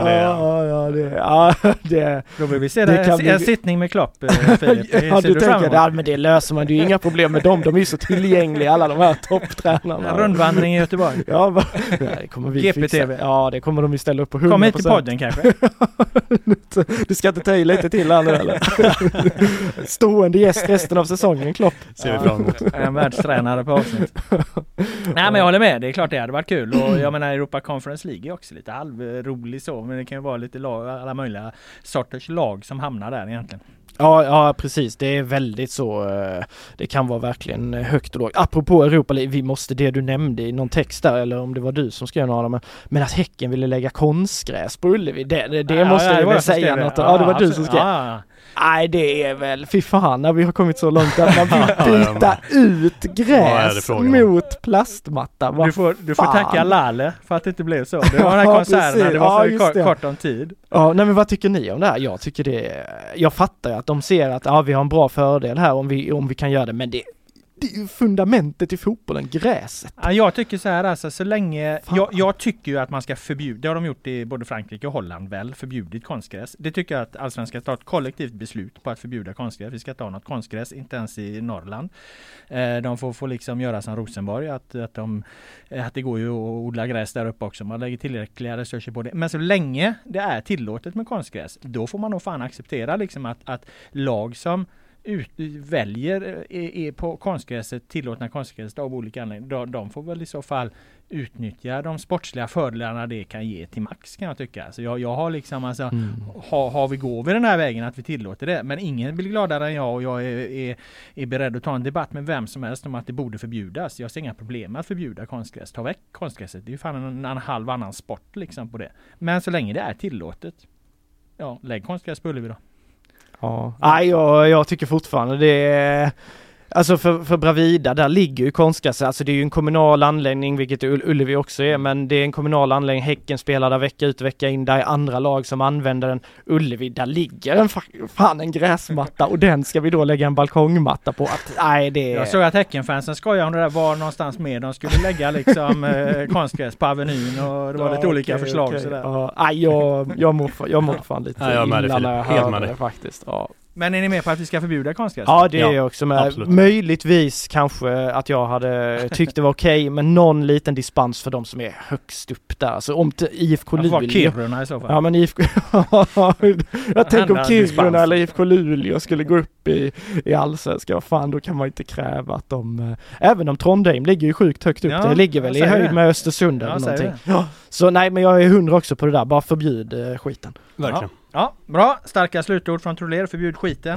det. Då vill vi se en sittning med Klopp. Du tänker men det löser man. Det är ju inga problem med dem. De är ju så tillgängliga, alla de här topptränarna. En rundvandring i Göteborg. Det kommer vi GPTV. Ja, det kommer de ju ställa upp på 100%. Kom hit till podden kanske. Du ska inte ta i lite till här nu eller? Stående gäst resten av säsongen, Klopp. Ser vi fram emot. En världstränare på avsnitt. Nej, men jag håller med. Det är klart det hade varit kul. Och jag menar, Europa Conference League är också lite halvrolig så. Men det kan ju vara lite alla möjliga sorters lag som hamnar där egentligen. Ja, precis. Det är väldigt så. Det kan vara verkligen högt och lågt. Apropå Europa League, vi måste det du nämnde i någon text där, eller om det var du som skrev något, men att Häcken ville lägga konstgräs på Ullevi, det måste jag väl säga något. Ja, det var du som skrev. Nej, det är väl, fy fan, när vi har kommit så långt att man vill byta ut gräs mot plastmatta. Du får tacka Lale för att det inte blev så. Det var den här konserten, det var för kort om tid. Ja, nej, men vad tycker ni om det här? Jag fattar ju att de ser att vi har en bra fördel här om vi kan göra det, men det är ju fundamentet i fotbollen, gräset. Ja, jag tycker så här, alltså, så länge jag tycker ju att man ska förbjuda, det har de gjort i både Frankrike och Holland väl, förbjudit konstgräs. Det tycker jag att Allsvenskan ska ta ett kollektivt beslut på att förbjuda konstgräs. Vi ska ta något konstgräs, inte ens i Norrland. De får liksom göra som Rosenborg, att det går ju att odla gräs där uppe också. Man lägger tillräckliga resurser på det. Men så länge det är tillåtet med konstgräs, då får man nog fan acceptera liksom att lag som väljer på konstgräset, tillåtna konstgräset av olika anledningar, de får väl i så fall utnyttja de sportsliga fördelarna det kan ge till max, kan jag tycka. Så jag har liksom går vi den här vägen att vi tillåter det, men ingen blir gladare än jag, och jag är beredd att ta en debatt med vem som helst om att det borde förbjudas. Jag ser inga problem med att förbjuda konstgräs. Ta väck konstgräset, det är ju fan en halv annan sport liksom på det. Men så länge det är tillåtet, lägg konstgräs på Ullevi då. Ja, jag tycker fortfarande det är, alltså för Bravida, där ligger ju konstgräs, alltså det är ju en kommunal anläggning, vilket Ullevi också är, men det är en kommunal anläggning. Häcken spelar där vecka ut vecka in, där är andra lag som använder den. Ullevi, där ligger en gräsmatta, och den ska vi då lägga en balkongmatta på. Jag såg att Häckenfansen skojar om det där var någonstans med. De skulle lägga liksom konstgräs på Avenyn, och det var lite olika förslag. Sådär. Jag mår fan lite illa när jag hör det faktiskt. Ja. Men är ni med på att vi ska förbjuda konstgräs? Ja, det är jag också med. Absolut. Möjligtvis kanske att jag hade tyckt det var okej, men någon liten dispens för de som är högst upp där. Alltså om IFK Luleå. Var Kiruna i så fall? Ja, men IFK... jag tänker om Kiruna eller IFK Luleå skulle gå upp i Allsvenskan. Fan, då kan man inte kräva att de... Även om Trondheim ligger ju sjukt högt upp. Det ligger väl i höjd med Östersund eller någonting. Ja. Så nej, men jag är 100 också på det där. Bara förbjud skiten. Verkligen. Ja, bra. Starka slutord från Troller. Förbjud skiten.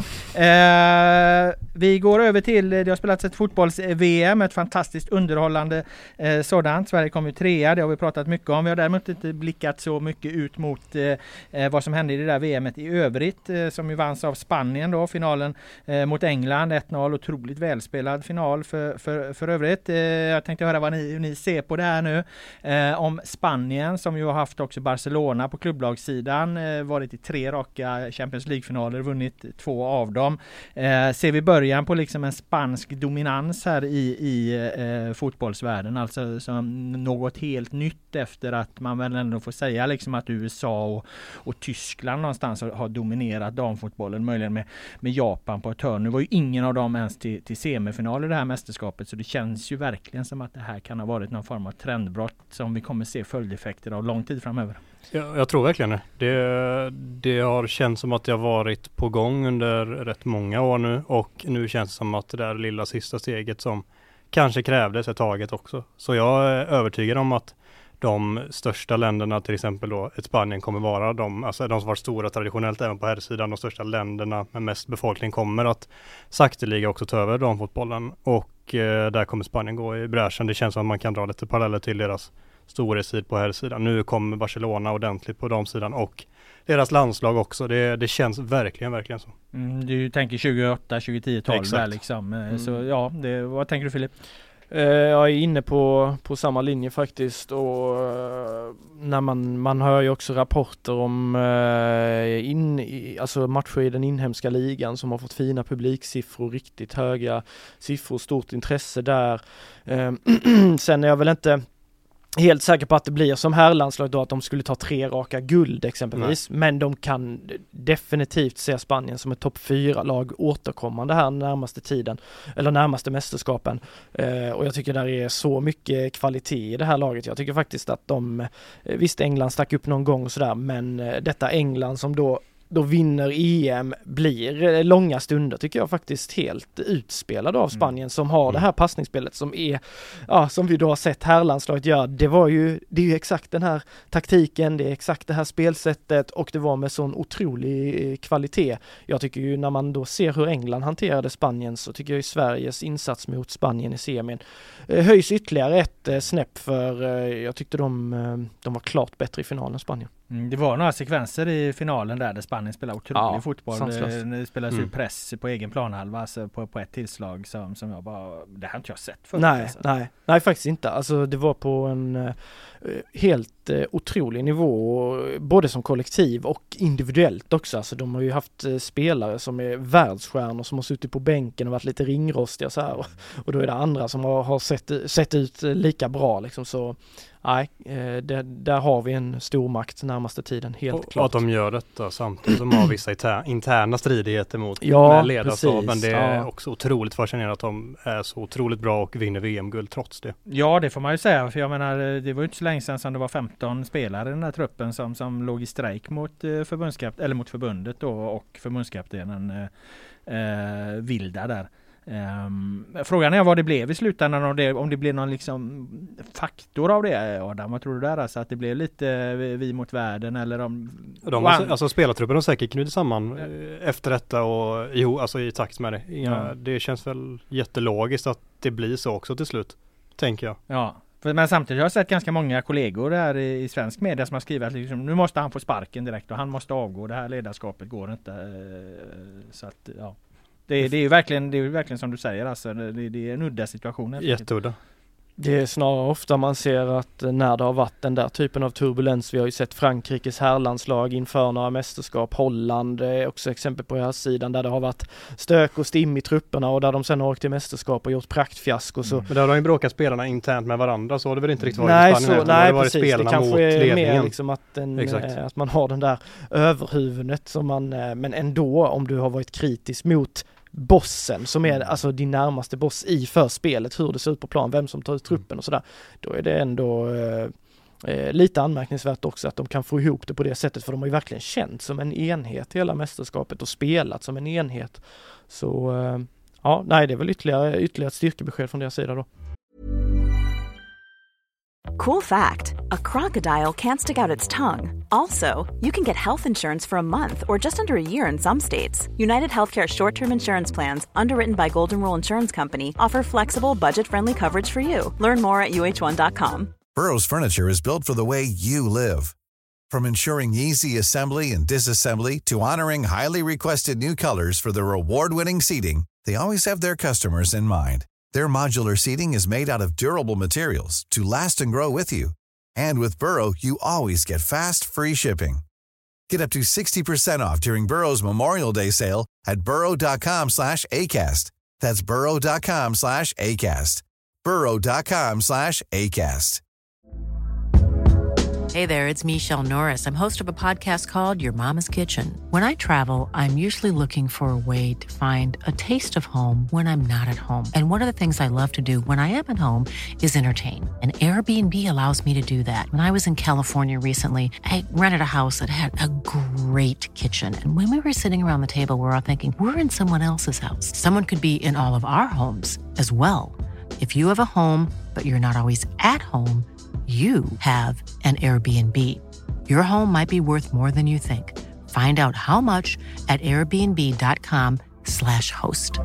Vi går över till, det har spelats ett fotbolls-VM, ett fantastiskt underhållande sådant. Sverige kom ju 3, det har vi pratat mycket om. Vi har däremot inte blickat så mycket ut mot vad som hände i det där VMet i övrigt, som ju vanns av Spanien då, finalen mot England, 1-0, otroligt välspelad final för övrigt. Jag tänkte höra hur ni ser på det här nu, om Spanien, som ju har haft också Barcelona på klubblagssidan, varit i 3 raka Champions League-finaler, vunnit 2 av dem. Ser vi början på liksom en spansk dominans här i fotbollsvärlden, alltså som något helt nytt, efter att man väl ändå får säga liksom att USA och Tyskland någonstans har dominerat damfotbollen, möjligen med Japan på ett hörn. Nu var ju ingen av dem ens till semifinal i det här mästerskapet, så det känns ju verkligen som att det här kan ha varit någon form av trendbrott som vi kommer se följdeffekter av lång tid framöver. Jag tror verkligen det har känts som att det har varit på gång under rätt många år nu, och nu känns det som att det där lilla sista steget som kanske krävdes ett taget också. Så jag är övertygad om att de största länderna, till exempel då ett Spanien, kommer vara de som varit stora traditionellt även på här sidan. De största länderna med mest befolkning kommer att sakteliga också ta över damfotbollen, och där kommer Spanien gå i bräschen. Det känns som att man kan dra lite paralleller till deras storhetstid på här sidan. Nu kommer Barcelona ordentligt på damsidan, och deras landslag också. Det känns verkligen så. Du tänker 28, 2010, 12 där liksom. Så ja, vad tänker du, Filip? Jag är inne på samma linje faktiskt, och när man hör ju också rapporter om alltså matcher i den inhemska ligan som har fått fina publiksiffror, riktigt höga siffror, stort intresse där. Sen är jag väl inte helt säker på att det blir som herrlandslaget då, att de skulle ta 3 raka guld exempelvis. Nej. Men de kan definitivt se Spanien som ett topp 4-lag återkommande här närmaste tiden, eller närmaste mästerskapen. Och jag tycker där är så mycket kvalitet i det här laget. Jag tycker faktiskt att visst, England stack upp någon gång och sådär, men detta England som då vinner EM blir långa stunder, tycker jag faktiskt helt utspelad av Spanien som har det här passningsspelet som är, som vi då har sett herrlandslaget göra. Det är ju exakt den här taktiken, det är exakt det här spelsättet och det var med sån otrolig kvalitet. Jag tycker ju när man då ser hur England hanterade Spanien, så tycker jag ju Sveriges insats mot Spanien i semin höjs ytterligare ett snäpp, för jag tyckte de var klart bättre i finalen än Spanien. Det var några sekvenser i finalen där Spanien spelade otrolig fotboll. Det spelades ut press på egen planhalva, alltså på ett tillslag som jag bara, det har inte jag sett förut. Nej, faktiskt inte. Alltså det var på en helt otrolig nivå, både som kollektiv och individuellt också. Alltså de har ju haft spelare som är världsstjärnor som har suttit på bänken och varit lite ringrostiga så här, och då är det andra som har sett ut lika bra liksom, så nej, där har vi en stor makt närmaste tiden, helt klart. Och att de gör detta samtidigt som har vissa interna stridigheter mot ledarstaben. Det är också otroligt fascinerande att de är så otroligt bra och vinner VM-guld trots det. Ja, det får man ju säga, för jag menar, det var ju inte så länge sedan som det var 15 spelare i den här truppen som låg i strejk mot mot förbundet då, och förbundskaptenen Vilda där. Frågan är vad det blev i slutändan, om det blev någon liksom faktor av det, Adam, vad tror du där? Alltså att det blev lite vi mot världen, eller alltså spelartruppen har säkert knutit samman efter detta och alltså i takt med det. Det känns väl jättelogiskt att det blir så också till slut, tänker jag. Ja. Men samtidigt har jag sett ganska många kollegor här i svensk media som har skrivit att liksom, nu måste han få sparken direkt och han måste avgå, det här ledarskapet går inte. Så att, ja. Det är ju verkligen som du säger, alltså, det är en udda situation. Jätteudda. Det är snarare ofta man ser att när det har varit den där typen av turbulens, vi har ju sett Frankrikes herrlandslag inför några mästerskap, Holland är också exempel på här sidan där det har varit stök och stim i trupperna och där de sen har åkt till mästerskap och gjort praktfiasko. Så. Men där har de ju bråkat spelarna internt med varandra, så har det väl inte riktigt varit i Spanien. Nej, precis. Det kanske är mer liksom att man har den där överhuvudet som men ändå, om du har varit kritisk mot bossen som är alltså din närmaste boss i förspelet, hur det ser ut på plan, vem som tar ut truppen och sådär, då är det ändå lite anmärkningsvärt också att de kan få ihop det på det sättet, för de har ju verkligen känt som en enhet hela mästerskapet och spelat som en enhet. Så det är väl ytterligare ett styrkebesked från deras sida då. Cool fact, a crocodile can't stick out its tongue. Also, you can get health insurance for a month or just under a year in some states. United Healthcare short-term insurance plans, underwritten by Golden Rule Insurance Company, offer flexible, budget-friendly coverage for you. Learn more at uh1.com. Burrow's furniture is built for the way you live. From ensuring easy assembly and disassembly to honoring highly requested new colors for their award-winning seating, they always have their customers in mind. Their modular seating is made out of durable materials to last and grow with you. And with Burrow, you always get fast, free shipping. Get up to 60% off during Burrow's Memorial Day sale at burrow.com/ACAST. That's burrow.com/ACAST. burrow.com/ACAST. Hey there, it's Michelle Norris. I'm host of a podcast called Your Mama's Kitchen. When I travel, I'm usually looking for a way to find a taste of home when I'm not at home. And one of the things I love to do when I am at home is entertain. And Airbnb allows me to do that. When I was in California recently, I rented a house that had a great kitchen. And when we were sitting around the table, we were all thinking, we're in someone else's house. Someone could be in all of our homes as well. If you have a home, but you're not always at home, you have an Airbnb. Your home might be worth more than you think. Find out how much at airbnb.com/host.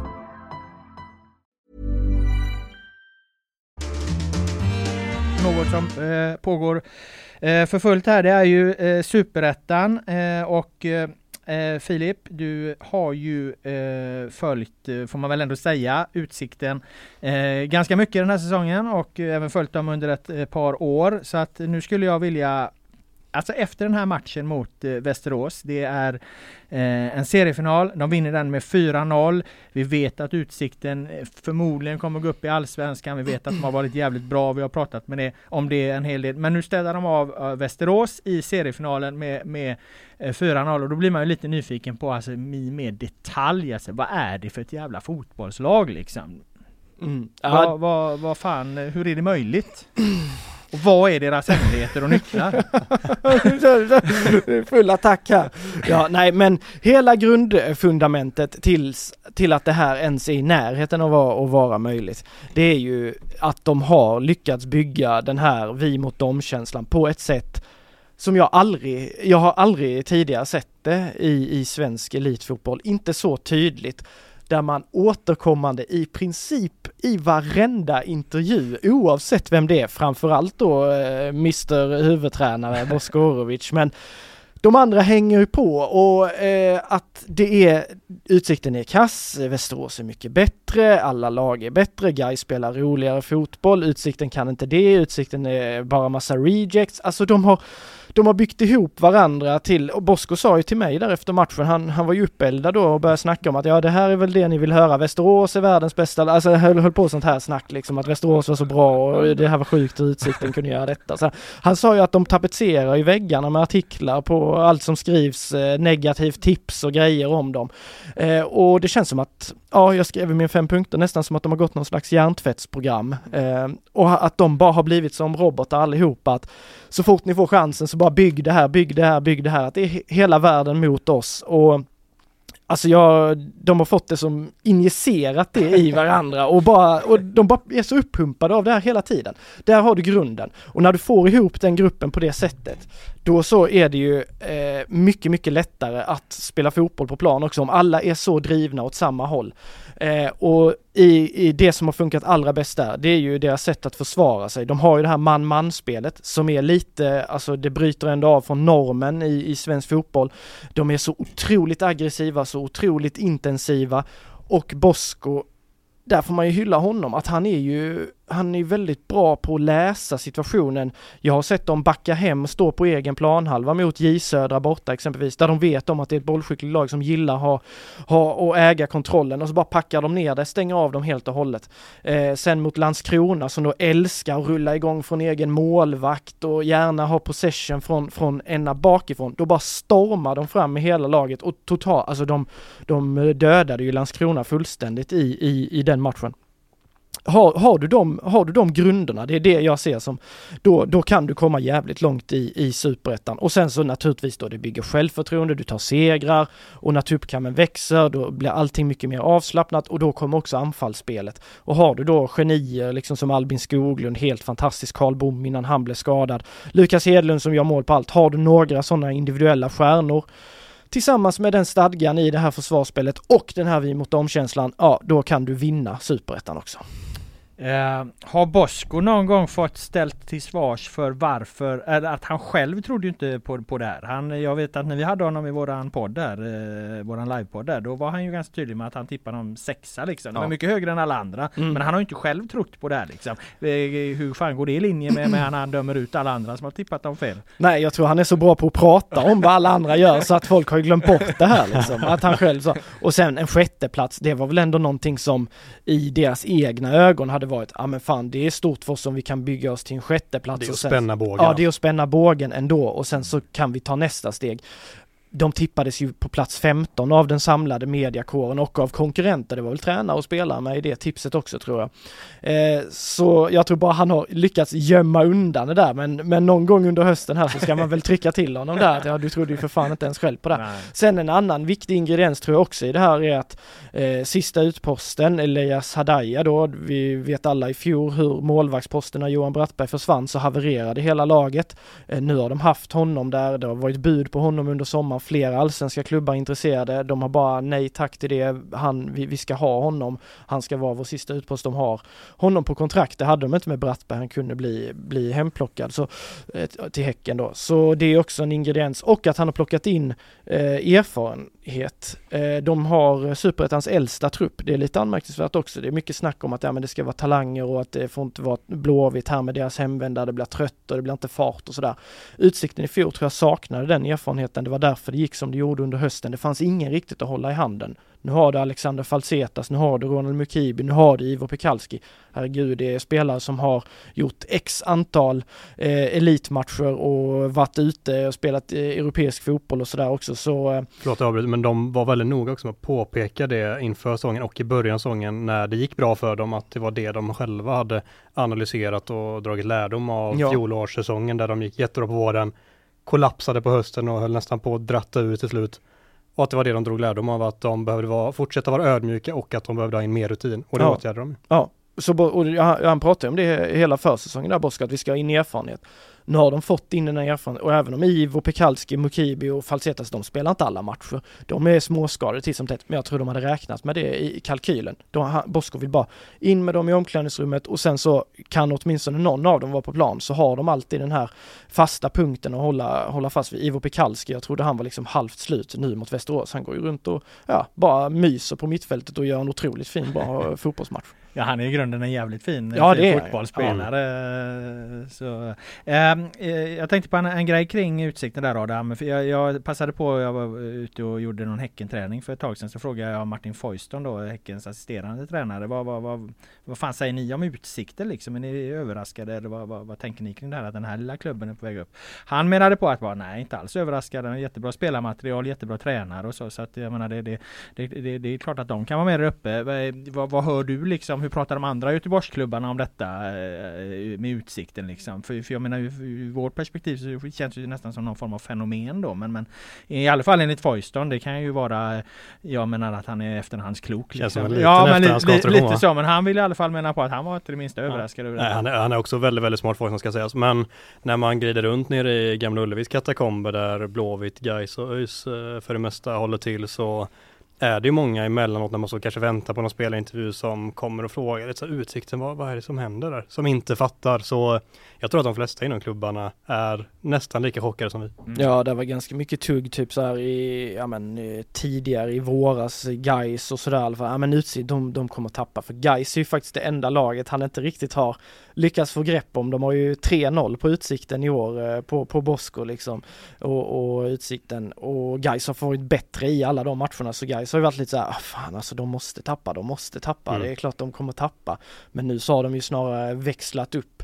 Något som pågår för fullt här, det är ju Superettan och Filip, du har ju följt, får man väl ändå säga, Utsikten ganska mycket den här säsongen och även följt dem under ett par år. Så att nu skulle jag vilja alltså efter den här matchen mot Västerås, det är en seriefinal, de vinner den med 4-0. Vi vet att Utsikten förmodligen kommer gå upp i Allsvenskan, vi vet att de har varit jävligt bra, vi har pratat om det en hel del, men nu ställer de av Västerås i seriefinalen med 4-0 och då blir man ju lite nyfiken på alltså med detalj, alltså, vad är det för ett jävla fotbollslag liksom? Vad fan, hur är det möjligt? Och vad är deras hemligheter och nycklar? Full attack här. Ja, nej, men hela grundfundamentet till att det här ens är i närheten av att vara möjligt, det är ju att de har lyckats bygga den här vi mot dem-känslan på ett sätt som jag har aldrig tidigare sett det i svensk elitfotboll. Inte så tydligt. Där man återkommande i princip i varenda intervju, oavsett vem det är, framförallt då Mr. huvudtränare Boskorovic, men de andra hänger ju på och att Utsikten är kass, Västerås är mycket bättre, alla lag är bättre, Gais spelar roligare fotboll, Utsikten kan inte det, Utsikten är bara massa rejects, alltså de har byggt ihop varandra till, och Bosko sa ju till mig där efter matchen, han var ju uppeldad då och började snacka om att ja, det här är väl det ni vill höra, Västerås är världens bästa, alltså höll på sånt här snack liksom, att Västerås var så bra och det här var sjukt och Utsikten kunde göra detta. Så han sa ju att de tapetserar i väggarna med artiklar på allt som skrivs, negativt tips och grejer om dem. Och det känns som att, ja, jag skrev i min 5 punkter nästan som att de har gått någon slags hjärntvättsprogram. Och att de bara har blivit som robotar allihopa, att så fort ni får chansen så bara bygg det här, att det är hela världen mot oss. Och alltså de har fått det som injicerat det i varandra och de bara är så uppumpade av det här hela tiden. Där har du grunden. Och när du får ihop den gruppen på det sättet, då så är det ju mycket, mycket lättare att spela fotboll på plan också, om alla är så drivna åt samma håll. Och i det som har funkat allra bäst där, det är ju deras sätt att försvara sig. De har ju det här man-man-spelet som är lite, alltså det bryter ändå av från normen i svensk fotboll. De är så otroligt aggressiva, så otroligt intensiva, och Bosko, där får man ju hylla honom, att han är väldigt bra på att läsa situationen. Jag har sett dem backa hem och stå på egen planhalva mot J Södra borta exempelvis, där de vet om att det är ett bollskickligt lag som gillar ha och äga kontrollen, och så bara packar de ner det, stänger av dem helt och hållet. Sen mot Landskrona som då älskar att rulla igång från egen målvakt och gärna ha possession från ena bakifrån, då bara stormar de fram med hela laget och totalt, alltså de dödade ju Landskrona fullständigt i den matchen. Har du de grunderna, det är det jag ser som, då kan du komma jävligt långt i Superettan. Och sen så naturligtvis då det bygger självförtroende, du tar segrar, och när tuppkammen växer då blir allting mycket mer avslappnat, och då kommer också anfallsspelet. Och har du då genier liksom som Albin Skoglund, helt fantastisk, Karl Bom innan han blev skadad, Lukas Hedlund som gör mål på allt, har du några sådana individuella stjärnor tillsammans med den stadgan i det här försvarsspelet och den här vi mot dem-känslan, ja, då kan du vinna Superettan också. Har Bosko någon gång fått ställt till svars för varför, eller att han själv trodde ju inte på det här. Jag vet att när vi hade honom i våran podd där, våran livepodd där, då var han ju ganska tydlig med att han tippade om 6 liksom. Det var mycket högre än alla andra, men han har ju inte själv trott på det här liksom. Hur fan går det i linje med när han dömer ut alla andra som har tippat dem fel? Nej, jag tror han är så bra på att prata om vad alla andra gör så att folk har glömt bort det här liksom. Att han själv sa. Och sen en 6:e plats, det var väl ändå någonting som i deras egna ögon hade varit, ja men fan, det är stort för oss om vi kan bygga oss till en 6:e plats. Det är att spänna bågen. Ja, det är att spänna bågen ändå, och sen så kan vi ta nästa steg. De tippades ju på plats 15 av den samlade mediakåren och av konkurrenter. Det var väl tränare och spelare med i det tipset också, tror jag. Så jag tror bara han har lyckats gömma undan det där. Men någon gång under hösten här så ska man väl trycka till honom där. Att, ja, du trodde ju för fan inte ens själv på det. Nej. Sen en annan viktig ingrediens tror jag också i det här är att sista utposten, Elias Hadaya då, vi vet alla i fjol hur målvaktsposten när Johan Brattberg försvann så havererade hela laget. Nu har de haft honom där. Det har varit bud på honom under sommaren har flera allsvenska klubbar intresserade. De har bara nej tack till det. Vi ska ha honom. Han ska vara vår sista utpost. De har honom på kontrakt. Det hade de inte med Brattberg. Han kunde bli hemplockad till Häcken då. Så det är också en ingrediens. Och att han har plockat in erfarenhet. De har Superettans äldsta trupp. Det är lite anmärkningsvärt också. Det är mycket snack om att men det ska vara talanger och att det får inte vara Blåvitt här med deras hemvändare. Det blir trött och det blir inte fart och sådär. Utsikten i fjol tror jag saknade den erfarenheten. Det var därför det gick som det gjorde under hösten. Det fanns ingen riktigt att hålla i handen. Nu har du Alexander Falsetas, nu har du Ronald Mukibi, nu har du Ivo Pekalski. Herregud, det är spelare som har gjort x antal elitmatcher och varit ute och spelat europeisk fotboll och sådär också. Förlåt, men de var väldigt noga också med att påpeka det inför säsongen och i början av säsongen när det gick bra för dem, att det var det de själva hade analyserat och dragit lärdom av fjolårssäsongen där de gick jättebra på våren, kollapsade på hösten och höll nästan på att dratta ut till slut. Och att det var det de drog lärdom av, att de behövde fortsätta vara ödmjuka och att de behövde ha in mer rutin. Och det åtgärder de. Ja, han pratade om det hela försäsongen där, Bosko, att vi ska ha in erfarenhet. Nu har de fått in den här erfarenheten. Och även om Ivo, Pekalski, Mukibi och Falsetas, de spelar inte alla matcher. De är småskadade till som tätt. Men jag tror de hade räknat med det i kalkylen. Bosko vill bara in med dem i omklädningsrummet och sen så kan åtminstone någon av dem vara på plan. Så har de alltid den här fasta punkten att hålla fast vid. Ivo Pekalski, jag trodde han var liksom halvt slut nu mot Västerås. Han går ju runt och bara myser på mittfältet och gör en otroligt fin bra fotbollsmatch. Ja, han är i grunden en jävligt fin fotbollsspelare. Så, jag tänkte på en grej kring Utsikten där, Adam. För jag passade på, jag var ute och gjorde någon Häcken-träning för ett tag sedan, så frågade jag Martin Foyston då, Häckens assisterande tränare, vad fan säger ni om Utsikten liksom? Är ni överraskade eller vad tänker ni kring det här, att den här lilla klubben är på väg upp? Han menade på att nej, inte alls överraskad, den har jättebra spelarmaterial, jättebra tränare och så att jag menar det är klart att de kan vara med där uppe. Vad hör du liksom? Hur pratar de andra Göteborgsklubbarna om detta med Utsikten liksom? För jag menar, ur vårt perspektiv så känns det ju nästan som någon form av fenomen då, men i alla fall enligt Foyston, det kan ju vara, jag menar att han är efterhandsklok liksom. Lite så, men han vill i alla fall mena på att han var inte det minsta överraskad över det. Han är också väldigt, väldigt smart Foyston ska sägas, men när man glider runt nere i Gamla Ullevis katakomber där Blåvitt, Gais och ÖIS för det mesta håller till, så är det ju många emellanåt när man så kanske väntar på någon spelarintervju som kommer och frågar så Utsikten, vad är det som händer där? Som inte fattar, så jag tror att de flesta inom klubbarna är nästan lika chockade som vi. Ja, det var ganska mycket tugg typ så här tidigare i våras, Gais och sådär i alla fall. Men Utsikten, de kommer att tappa, för Gais är ju faktiskt det enda laget han inte riktigt har lyckats få grepp om. De har ju 3-0 på Utsikten i år på Bosko liksom, och Utsikten, och Gais har varit bättre i alla de matcherna, så Gais har ju varit lite så här, fan alltså de måste tappa. Det är klart de kommer tappa, men nu så har de ju snarare växlat upp.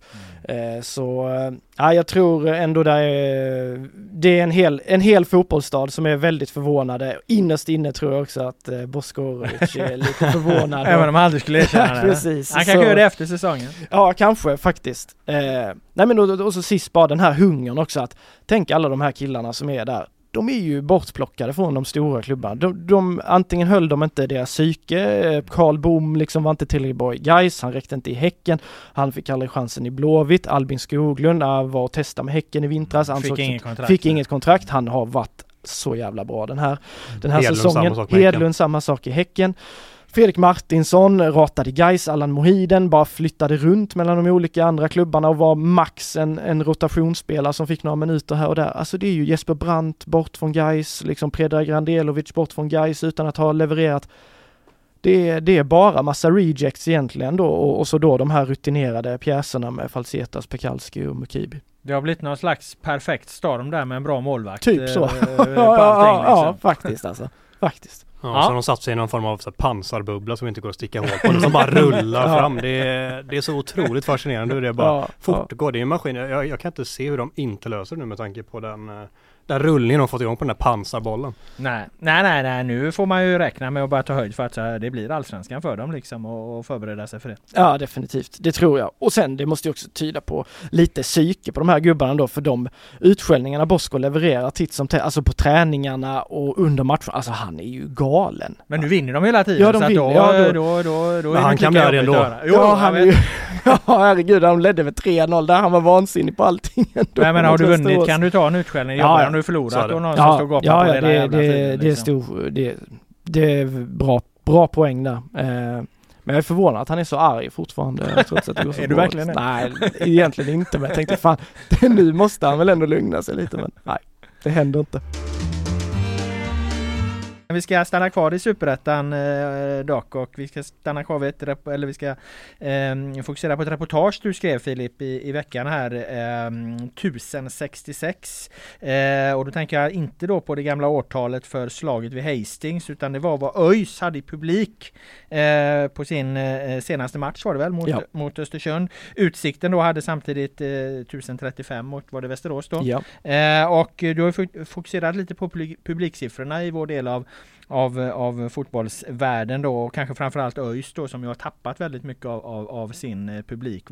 Jag tror ändå det är en hel fotbollsstad som är väldigt förvånade. Innerst inne tror jag också att Boskorovic är lite förvånad. Även om han aldrig skulle erkänna det. Precis. Han kanske gör det efter säsongen. Ja, kanske faktiskt. Och så sist bara den här hungern också, att tänk alla de här killarna som är där. De är ju bortplockade från de stora klubbarna. De antingen höll de inte deras psyke. Karl Boom liksom var inte tillräckligt bra i Gais. Han räckte inte i Häcken. Han fick aldrig chansen i Blåvitt. Albin Skoglund var och testade med Häcken i vintras. Fick inget kontrakt. Han har varit så jävla bra den här säsongen. Hedlund samma sak i Häcken. Fredrik Martinsson ratade Gais, Allan Mohiden bara flyttade runt mellan de olika andra klubbarna och var max en rotationsspelare som fick några minuter här och där. Alltså det är ju Jesper Brandt bort från Gais, liksom Predrag Grandelovic bort från Gais utan att ha levererat. Det är bara massa rejects egentligen då, och så då de här rutinerade pjäserna med Falsetas, Pekalski och Mukibi. Det har blivit någon slags perfekt storm där med en bra målvakt. Typ så. Ja, faktiskt alltså. Faktiskt. Ja, så de satt sig i någon form av så här pansarbubbla som inte går att sticka hål på, som bara rullar fram. Det är så otroligt fascinerande hur det bara fortgår. Det är en maskin. Jag kan inte se hur de inte löser det nu med tanke på den rullningen de fått igång på den där pansarbollen. Nej. Nu får man ju räkna med att bara ta höjd för att det blir allsvenskan för dem liksom, och förbereda sig för det. Ja, definitivt. Det tror jag. Och sen, det måste ju också tyda på lite psyke på de här gubbarna då, för de utskällningarna Bosko levererar titt som alltså på träningarna och under matchen. Alltså han är ju galen galen. Men nu vinner de hela tiden. Ja, de så vinner. Då men han kan bli arg ändå. Ja, herregud, han ledde med 3-0 där. Han var vansinnig på allting ändå. Men har du vunnit kan du ta en utskällning. Om du förlorat och någon som stod upp på hela jävla tiden. Det är bra poäng där. Men jag är förvånad att han är så arg fortfarande. Trots att det går så är du verkligen det? Nej, egentligen inte. Men jag tänkte fan, nu måste han väl ändå lugna sig lite. Men nej, det händer inte. Vi ska stanna kvar i Superettan dock, och vi ska stanna kvar vid vi ska fokusera på ett reportage du skrev, Filip, i veckan här, 1066, och då tänker jag inte då på det gamla årtalet för slaget vid Hastings, utan det var vad ÖIS hade i publik på sin senaste match, var det väl, mot Östersund. Utsikten då hade samtidigt 1035 mot, var det Västerås då? Ja. Och du har fokuserat lite på publiksiffrorna i vår del av fotbollsvärlden då, och kanske framförallt ÖIS då, som ju har tappat väldigt mycket av sin publik.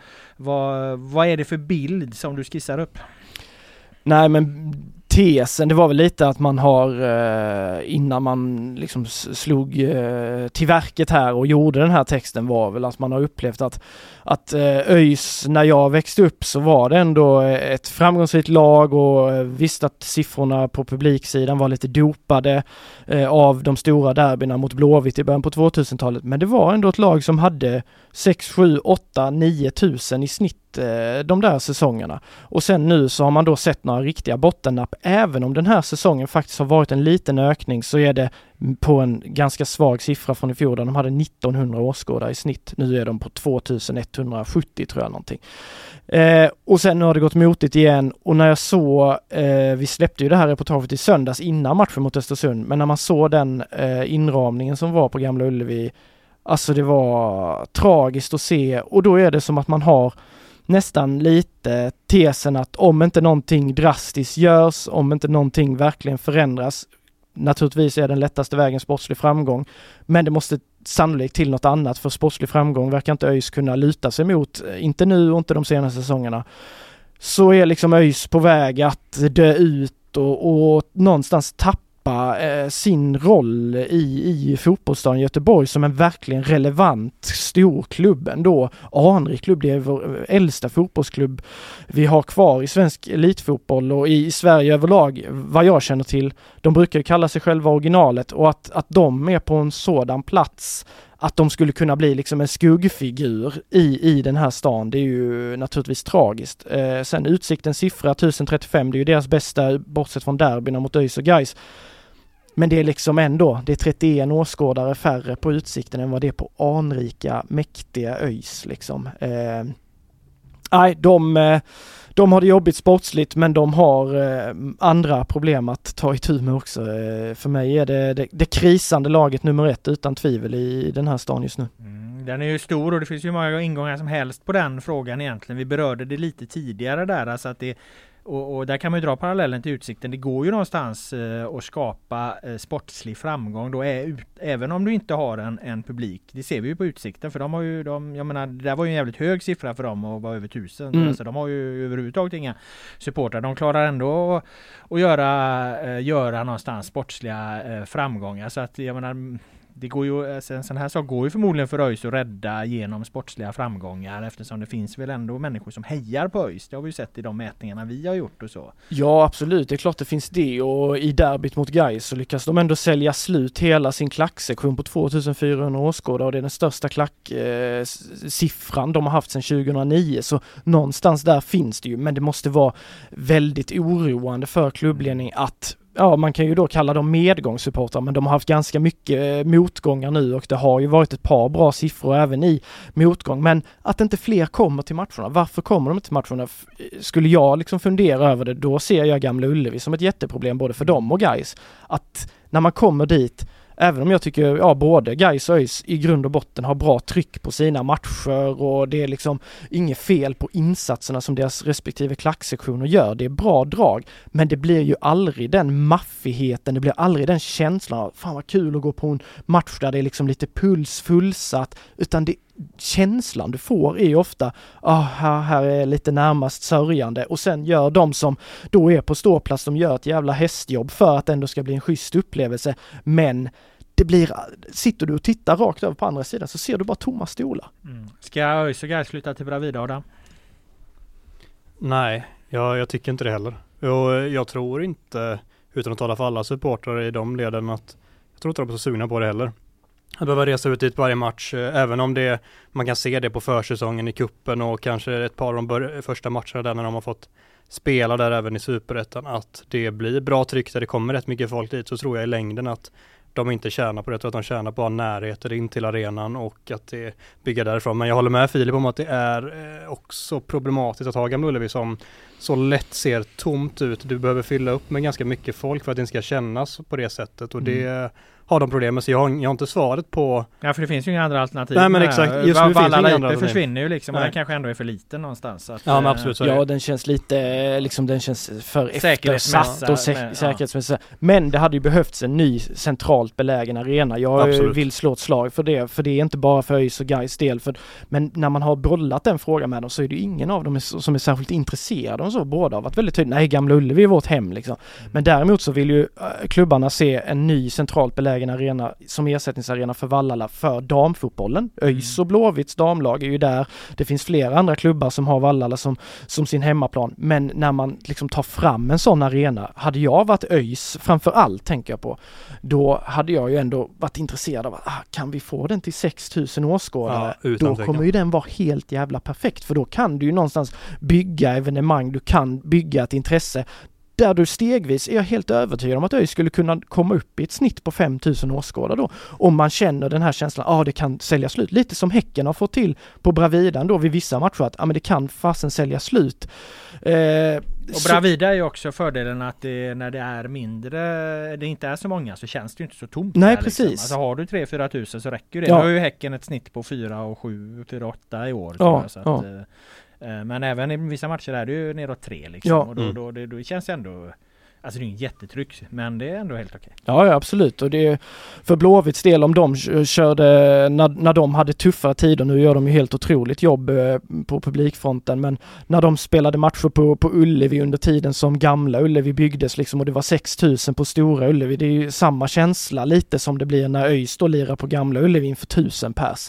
Vad är det för bild som du skissar upp? Nej, men tesen, det var väl lite att man har innan man liksom slog till verket här och gjorde den här texten, var väl att man har upplevt att ÖIS, när jag växte upp så var det ändå ett framgångsrikt lag, och visst att siffrorna på publiksidan var lite dopade av de stora derbyna mot Blåvitt i början på 2000-talet, men det var ändå ett lag som hade 6, 7, 8, 9 tusen i snitt de där säsongerna. Och sen nu så har man då sett några riktiga bottennapp. Även om den här säsongen faktiskt har varit en liten ökning, så är det på en ganska svag siffra från i fjol där de hade 1900 åskådare i snitt. Nu är de på 2170 tror jag någonting. Och sen har det gått motigt igen, och när jag såg, vi släppte ju det här reportaget i söndags innan matchen mot Östersund, men när man såg den inramningen som var på Gamla Ullevi, alltså det var tragiskt att se, och då är det som att man har nästan lite tesen att om inte någonting drastiskt görs, om inte någonting verkligen förändras, naturligtvis är den lättaste vägen sportslig framgång, men det måste sannolikt till något annat, för sportslig framgång verkar inte ÖIS kunna luta sig mot, inte nu och inte de senaste säsongerna. Så är liksom ÖIS på väg att dö ut och någonstans tappa sin roll i fotbollsstaden Göteborg som en verkligen relevant stor klubb ändå. Anrik klubb, det är vår äldsta fotbollsklubb vi har kvar i svensk elitfotboll och i Sverige överlag, vad jag känner till. De brukar kalla sig själva originalet, och att de är på en sådan plats att de skulle kunna bli liksom en skuggfigur i den här stan, det är ju naturligtvis tragiskt. Sen Utsiktens siffra 1035, det är ju deras bästa bortsett från derbyna mot ÖIS och Gais. Men det är liksom ändå, det är 31 åskådare färre på Utsikten än vad det är på anrika, mäktiga ÖIS liksom. Nej, de har det jobbigt sportsligt, men de har andra problem att ta itu med också. För mig är det krisande laget nummer 1 utan tvivel i den här stan just nu. Den är ju stor, och det finns ju många ingångar som helst på den frågan egentligen. Vi berörde det lite tidigare där, alltså att det, och där kan man ju dra parallellen till Utsikten. Det går ju någonstans att skapa sportslig framgång då, även om du inte har en publik. Det ser vi ju på Utsikten, för de har ju, jag menar, det där var ju en jävligt hög siffra för dem och var över 1000. Alltså, de har ju överhuvudtaget inga supportrar. De klarar ändå att göra någonstans sportsliga framgångar. Så att jag menar, det går ju, en sån här sak går ju förmodligen för ÖIS att rädda genom sportsliga framgångar, eftersom det finns väl ändå människor som hejar på ÖIS. Det har vi ju sett i de mätningarna vi har gjort och så. Ja, absolut. Det är klart det finns det, och i derbyt mot Gais så lyckas de ändå sälja slut hela sin klacksektion på 2400 åskådare, och det är den största klacksiffran de har haft sedan 2009, så någonstans där finns det ju, men det måste vara väldigt oroande för klubbledning att, ja, man kan ju då kalla dem medgångssupportrar, men de har haft ganska mycket motgångar nu, och det har ju varit ett par bra siffror även i motgång, men att inte fler kommer till matcherna. Varför kommer de inte till matcherna? Skulle jag liksom fundera över det, då ser jag Gamla Ullevi som ett jätteproblem både för dem och Gais, att när man kommer dit, även om jag tycker både Gais och ÖIS i grund och botten har bra tryck på sina matcher, och det är liksom inget fel på insatserna som deras respektive klacksektioner gör. Det är bra drag, men det blir ju aldrig den maffigheten, det blir aldrig den känslan av fan vad kul att gå på en match där det är liksom lite puls fullsatt, utan känslan du får är ju ofta här är lite närmast sörjande, och sen gör de som då är på ståplats, de gör ett jävla hästjobb för att det ändå ska bli en schysst upplevelse, men det blir, sitter du och tittar rakt över på andra sidan så ser du bara tomma stolar. Ska ÖIS och Gais flytta till Bravida, Adam? Nej, jag tycker inte det heller. Jag tror inte, utan att tala för alla supportrar i de leden, att jag tror inte de är så sugna på det heller. Att behöva resa ut dit varje match, även om man kan se det på försäsongen i kuppen och kanske ett par av de första matcherna där när de har fått spela där även i Superettan, att det blir bra tryck där det kommer rätt mycket folk dit, så tror jag i längden att de inte tjänar på det. Jag tror att de tjänar på närheten in till arenan och att det bygger därifrån. Men jag håller med Filip om att det är också problematiskt att ha Gamla Ullevi som så lätt ser tomt ut. Du behöver fylla upp med ganska mycket folk för att det ska kännas på det sättet. Och det har de problemen. Så jag har inte svaret på... Ja, för det finns ju inga andra alternativ. Nej, men exakt. Just nu finns inga andra alternativ. Försvinner ju liksom. Och den kanske ändå är för liten någonstans. Så att, ja, men absolut. Ja, den känns lite... Liksom, den känns för eftersatt och säkerhetsmässigt. Men det hade ju behövts en ny centralt belägen arena. Jag vill slå ett slag för det. För det är inte bara för ÖIS och Gais del. Men när man har bollat den frågan med dem så är det ju ingen av dem som är särskilt intresserade. Och så båda har varit väldigt tydligt. Nej, Gamla Ullevi är vårt hem liksom. Men däremot så vill ju klubbarna se en ny centralt belägen arena som ersättningsarena för Vallala för damfotbollen. ÖIS och Blåvitts damlag är ju där. Det finns flera andra klubbar som har Vallala som sin hemmaplan. Men när man liksom tar fram en sån arena, hade jag varit ÖIS framför allt, tänker jag på, då hade jag ju ändå varit intresserad av kan vi få den till 6 000 åskådare? Ja, då kommer ju den vara helt jävla perfekt, för då kan du ju någonstans bygga evenemang, du kan bygga ett intresse där du stegvis, är jag helt övertygad om att ÖIS skulle kunna komma upp i ett snitt på 5 000 åskådare då. Om man känner den här känslan, det kan sälja slut. Lite som Häcken har fått till på Bravidan då vid vissa matcher, att men det kan fasen sälja slut. Och Bravida är ju också fördelen att när det är mindre, det inte är så många, så känns det ju inte så tomt. Nej, där, precis. Liksom. Alltså har du 3-4 tusen så räcker det. Ja. Nu har ju Häcken ett snitt på 4-7, 4-8 i år. Ja, så att, men även i vissa matcher är det ju neråt 3 liksom. Ja. Och då känns det ändå... Alltså det är ju jättetryck, men det är ändå helt okej. Ja, absolut. Och det är för Blåvitts del, om de körde när de hade tuffare tider, nu gör de ju helt otroligt jobb på publikfronten, men när de spelade matcher på Ullevi under tiden som Gamla Ullevi byggdes liksom, och det var 6 000 på Stora Ullevi, det är ju samma känsla lite som det blir när ÖIS då lirar på Gamla Ullevi inför 1000 pers.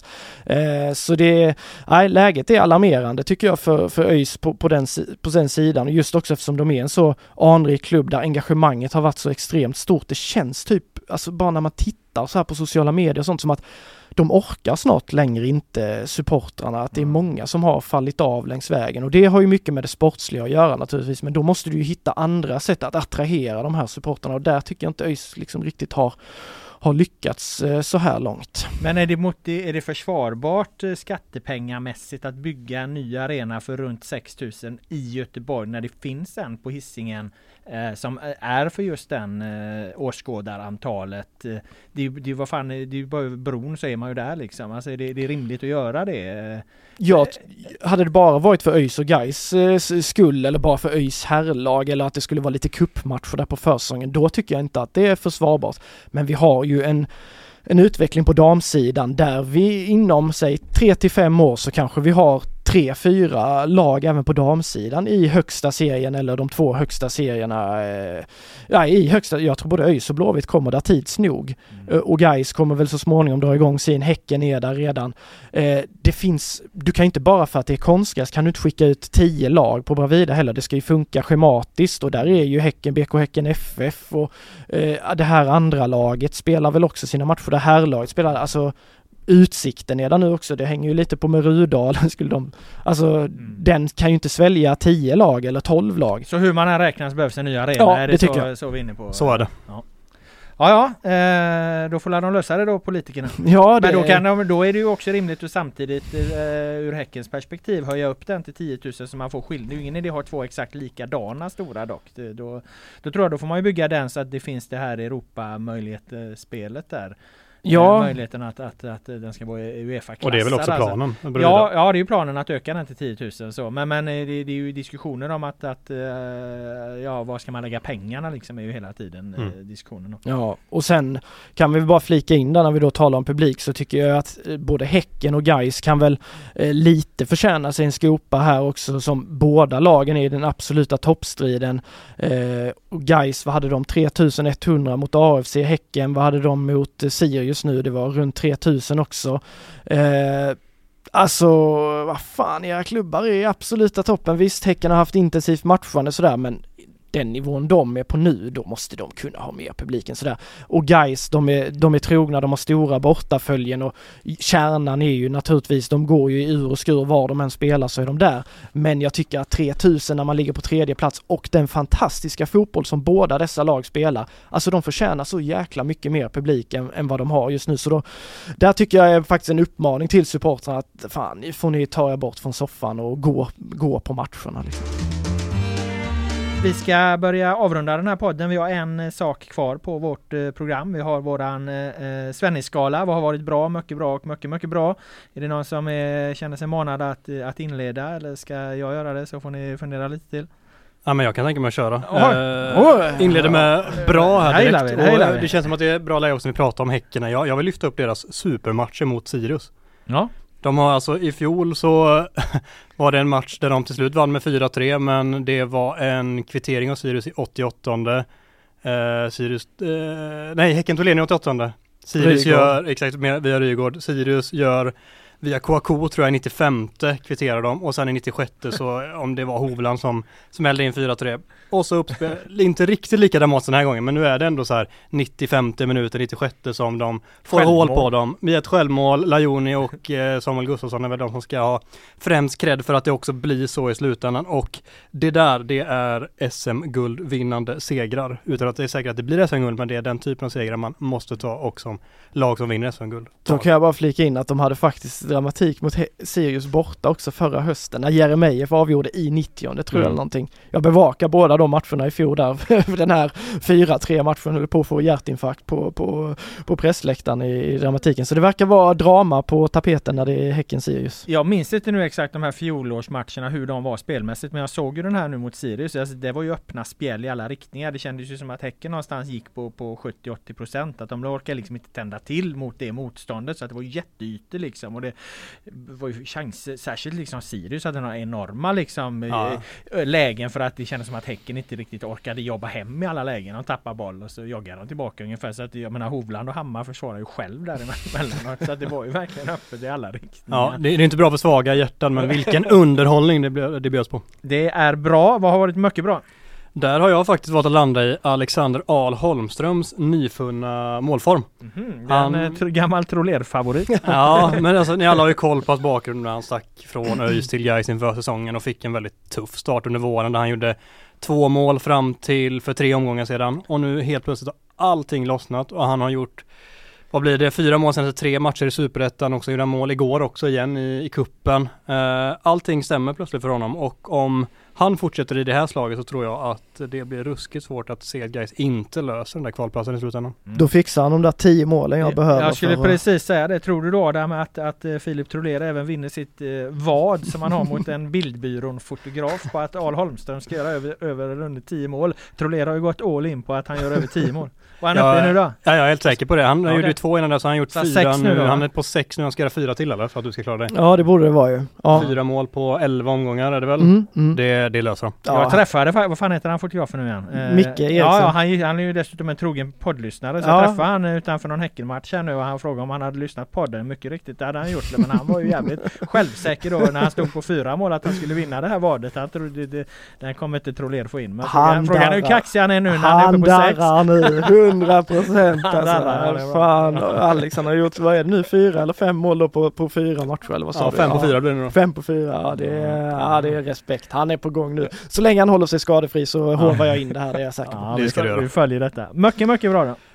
Så läget är alarmerande tycker jag för ÖIS på den sidan, och just också eftersom de är en så anrik klubb där engagemanget har varit så extremt stort. Det känns typ, alltså bara när man tittar så här på sociala medier och sånt, som att de orkar snart längre inte, supportrarna, att det är många som har fallit av längs vägen, och det har ju mycket med det sportsliga att göra naturligtvis, men då måste du ju hitta andra sätt att attrahera de här supportrarna, och där tycker jag inte ÖIS liksom riktigt har lyckats så här långt. Men är det försvarbart skattepengamässigt att bygga en ny arena för runt 6 000 i Göteborg när det finns en på Hisingen som är för just den åskådarantalet? Det är ju bara bron, så är man ju där liksom. Alltså det är rimligt att göra det. Ja, hade det bara varit för ÖIS och Gais skull, eller bara för ÖIS herrlag, eller att det skulle vara lite kuppmatcher där på försäsongen, då tycker jag inte att det är försvarbart. Men vi har ju en utveckling på damsidan där vi inom, säg 3-5 år, så kanske vi har 3-4 lag även på damsidan i högsta serien, eller de 2 högsta serierna. I högsta, jag tror både ÖIS och Blåvitt kommer där tids nog. Och Gais kommer väl så småningom dra igång sin. Häcken är där redan. Det finns, du kan inte bara för att det är konstgräs kan du inte skicka ut 10 lag på Bravida heller. Det ska ju funka schematiskt, och där är ju BK Häcken FF och det här andra laget spelar väl också sina matcher. Det här laget spelar, alltså Utsikten är där nu också, det hänger ju lite på med Rudal. Den kan ju inte svälja 10 lag eller 12 lag. Så hur man än räknas behövs en ny arena, ja, är det tycker jag. Så vi är inne på? Så är det. Ja, då får de lösa det då, politikerna. Ja, men då är det ju också rimligt att samtidigt ur Häckens perspektiv höja upp den till 10 000 så man får skillnad. Det är ju ingen idé att ha 2 exakt likadana stora dock. Då tror jag då får man ju bygga den så att det finns det här Europa-möjlighet-spelet där. möjligheten att den ska vara UEFA-klassad. Och det är väl också planen? Alltså. Ja, det är ju planen att öka den till 10 000 så. Men det är ju diskussioner om att vad ska man lägga pengarna liksom, är ju hela tiden diskussionen. Ja, och sen kan vi bara flika in där när vi då talar om publik, så tycker jag att både Häcken och Gais kan väl lite förtjäna sin skopa här också, som båda lagen är i den absoluta toppstriden. Och Gais, vad hade de? 3100 mot AFC. Häcken, vad hade de mot Sirius nu? Det var runt 3000 också. Alltså, vad fan, era klubbar är i absoluta toppen. Visst, Häcken har haft intensivt matchande sådär, men den nivån de är på nu, då måste de kunna ha mer publiken sådär. Och Gais, de är trogna, de har stora bortaföljen, och kärnan är ju naturligtvis, de går ju i ur och skur var de än spelar, så är de där. Men jag tycker att 3000 när man ligger på tredje plats och den fantastiska fotboll som båda dessa lag spelar, alltså de förtjänar så jäkla mycket mer publik än vad de har just nu. Så då, där tycker jag är faktiskt en uppmaning till supportrarna att fan, får ni ta er bort från soffan och gå på matcherna liksom. Vi ska börja avrunda den här podden. Vi har en sak kvar på vårt program. Vi har våran Svennis-skala. Vad har varit bra, mycket bra och mycket bra. Är det någon som känner sig manad att inleda, eller ska jag göra det, så får ni fundera lite till. Ja, men jag kan tänka mig att köra. Inleder med bra här direkt. Det känns som att det är bra läge också när vi pratar om Häckerna. Jag vill lyfta upp deras supermatcher mot Sirius. Ja. De har alltså, i fjol så var det en match där de till slut vann med 4-3, men det var en kvittering av Sirius i 88:e. Häcken tog ledning i 88:e. Sirius gör, exakt, via Rygård. Sirius gör via Kouakou, tror jag, i 95:e kvitterar de, och sen i 96:e så om det var Hovland som smällde in 4-3. Och så inte riktigt lika dramatiskt den här gången, men nu är det ändå så här 95:e minuter, 96:e som de får hål på dem. Via ett självmål, Lajoni och Samuel Gustafsson är väl de som ska ha främst cred för att det också blir så i slutändan. Och det är SM-guldvinnande segrar. Utan att det är säkert att det blir SM-guld, men det är den typen av segrar man måste ta också som lag som vinner SM-guld. Så kan jag bara flika in att de hade faktiskt dramatik mot Sirius borta också förra hösten, när Jeremejeff avgjorde i 90:e, tror jag, eller någonting. Jag bevakar båda de matcherna i fjol där. Den här 4-3 matchen höll på att få hjärtinfarkt på pressläktaren i dramatiken. Så det verkar vara drama på tapeten när det är Häcken-Sirius. Jag minns inte nu exakt de här fjolårsmatcherna, hur de var spelmässigt, men jag såg ju den här nu mot Sirius. Alltså, det var ju öppna spel i alla riktningar. Det kändes ju som att Häcken någonstans gick på 70-80%. Att de orkade liksom inte tända till mot det motståndet, så att det var jätteytor liksom. Och det var ju chanser, särskilt liksom Sirius hade några enorma liksom lägen, för att det kändes som att Häcken inte riktigt orkade jobba hem i alla lägen. De tappar boll och så joggar de tillbaka ungefär, så att jag menar, Hovland och Hammar försvarar ju själv där emellan, så att det var ju verkligen öppet i alla riktningar. Ja, det är inte bra för svaga hjärtan, men vilken underhållning det bjöds på. Det är bra. Vad har varit mycket bra? Där har jag faktiskt valt att landa i Alexander Ahl Holmströms nyfunna målform. En gammal trollerfavorit. Ja, men alltså, ni alla har ju koll på hans bakgrund när han stack från ÖIS till Gais inför säsongen och fick en väldigt tuff start under våren där han gjorde 2 mål fram till för 3 omgångar sedan. Och nu helt plötsligt har allting lossnat och han har gjort, vad blir det, 4 mål sen 3 matcher i Superettan, också gjorde mål igår också igen i kuppen. Allting stämmer plötsligt för honom, och om han fortsätter i det här slaget så tror jag att det blir ruskigt svårt att se att Gais inte löser den där kvalplatsen i slutändan. Då fixar han de där 10 målen jag behöver. Jag skulle precis säga det. Tror du då där med att Filip Troller även vinner sitt vad som han har mot en bildbyrån-fotograf på att Ahl Holmström ska göra över under 10 mål. Troller har ju gått all in på att han gör över 10 mål. Vad är han uppe nu då? Ja, jag är helt säker på det. Han gjorde 2 innan där, så han har gjort 4 nu. Då, han är på 6 nu, han ska göra 4 till eller för att du ska klara det. Ja, det borde det vara ju. Ja. 4 mål på 11 omgångar är det väl? Det löser de. Ja. Jag träffade, vad fan heter han fotografen nu igen? Micke Eriksson. Ja, han är ju dessutom en trogen poddlyssnare, så jag träffade han utanför någon Häckenmatch här nu och han frågade om han hade lyssnat på podden. Mycket riktigt, det hade han gjort det, men han var ju jävligt självsäker då när han stod på 4 mål att han skulle vinna det här vadet. Han trodde den kommer inte Troller få in. Men frågan hur kaxig han är nu när han är uppe på 6. Han darrar nu, 100%. Alltså, fan, Alex han har gjort, vad är det nu, 4 eller 5 mål då på 4 matcher eller vad sa du? 5 på 4 blir det nu då. 5 på 4, det är respekt. Han är på gång nu. Så länge han håller sig skadefri så hovar jag in det här, det är jag säker på. Vi följer detta. Mycket bra då.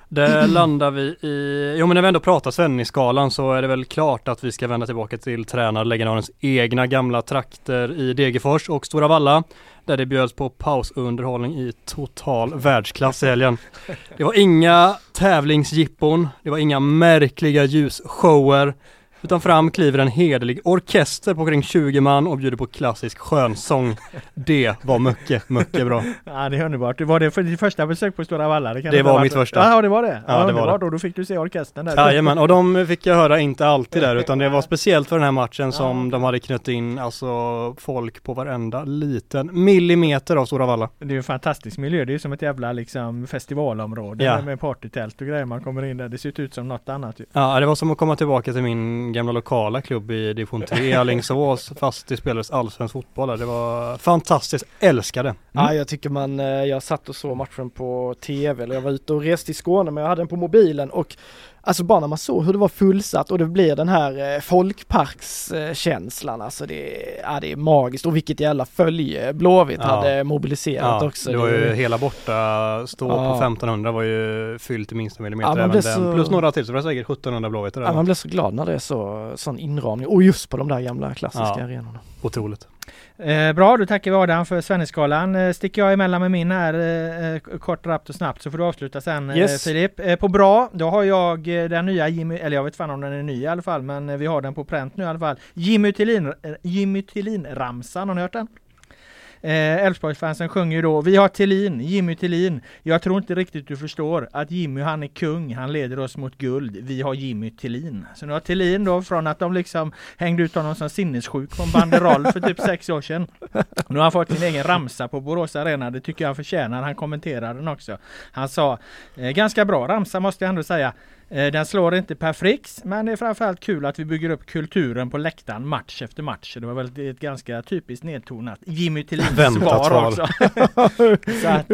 Där landar vi i, men när vi ändå pratar Svennis-skalan så är det väl klart att vi ska vända tillbaka till tränarlegendarens egna gamla trakter i Degerfors och Stora Valla, där det bjöds på pausunderhållning i total världsklass i helgen. Det var inga tävlingsjippon, det var inga märkliga ljusshower, utan fram kliver en hederlig orkester på kring 20 man och bjuder på klassisk skönsång. Det var mycket bra. Ja, det är underbart. Var det för ditt första besök på Stora Valla? Det var mitt första. Ja, det var det. Ja, det var det. Då fick du se orkestern där. Jajamän, och de fick jag höra inte alltid där, utan det var speciellt för den här matchen som de hade knutit in alltså folk på varenda liten millimeter av Stora Valla. Det är ju en fantastisk miljö. Det är ju som ett jävla liksom festivalområde med partytält och grejer. Man kommer in där. Det ser ut som något annat. Ja, det var som att komma tillbaka till min gamla lokala klubb i division 3 i Alingsås, fast det spelades allsvensk fotboll där. Det var fantastiskt, älskade. Ja, jag tycker jag satt och såg matchen på tv, eller jag var ute och reste i Skåne, men jag hade den på mobilen, och alltså bara när man såg hur det var fullsatt och det blir den här folkparkskänslan, alltså det är magiskt, och vilket jävla följe Blåvitt hade mobiliserat också. Det var ju hela borta stå på 1500 var ju fyllt i minsta millimeter även den. Plus några till, så det var säkert 1700 Blåvitt. Ja, man blir så glad när det är sån inramning, och just på de där gamla klassiska arenorna. Otroligt. Bra, då tackar vi Adam för Svennisskalan. Sticker jag emellan med min här kort, rappt och snabbt, så får du avsluta sen. Yes. Filip. På bra, då har jag den nya Jimmy, eller jag vet fan om den är ny i alla fall, men vi har den på pränt nu i alla fall. Jimmy Tillin-ramsan, har ni hört den? Elfsborgsfansen sjunger ju då: vi har Tillin, Jimmy Tillin. Jag tror inte riktigt du förstår att Jimmy, han är kung, han leder oss mot guld. Vi har Jimmy Tillin. Så nu har Tillin då, från att de liksom hängde ut honom som sinnessjuk på en banderoll för typ 6 år sedan. Nu har han fått sin egen ramsa på Borås Arena. Det tycker jag han förtjänar. Han kommenterar den också. Han sa, ganska bra ramsa måste jag ändå säga. Den slår inte per frix, men det är framförallt kul att vi bygger upp kulturen på läktaren match efter match. Det var väl ett ganska typiskt nedtonat Jimmy Tillins svar också. Så att,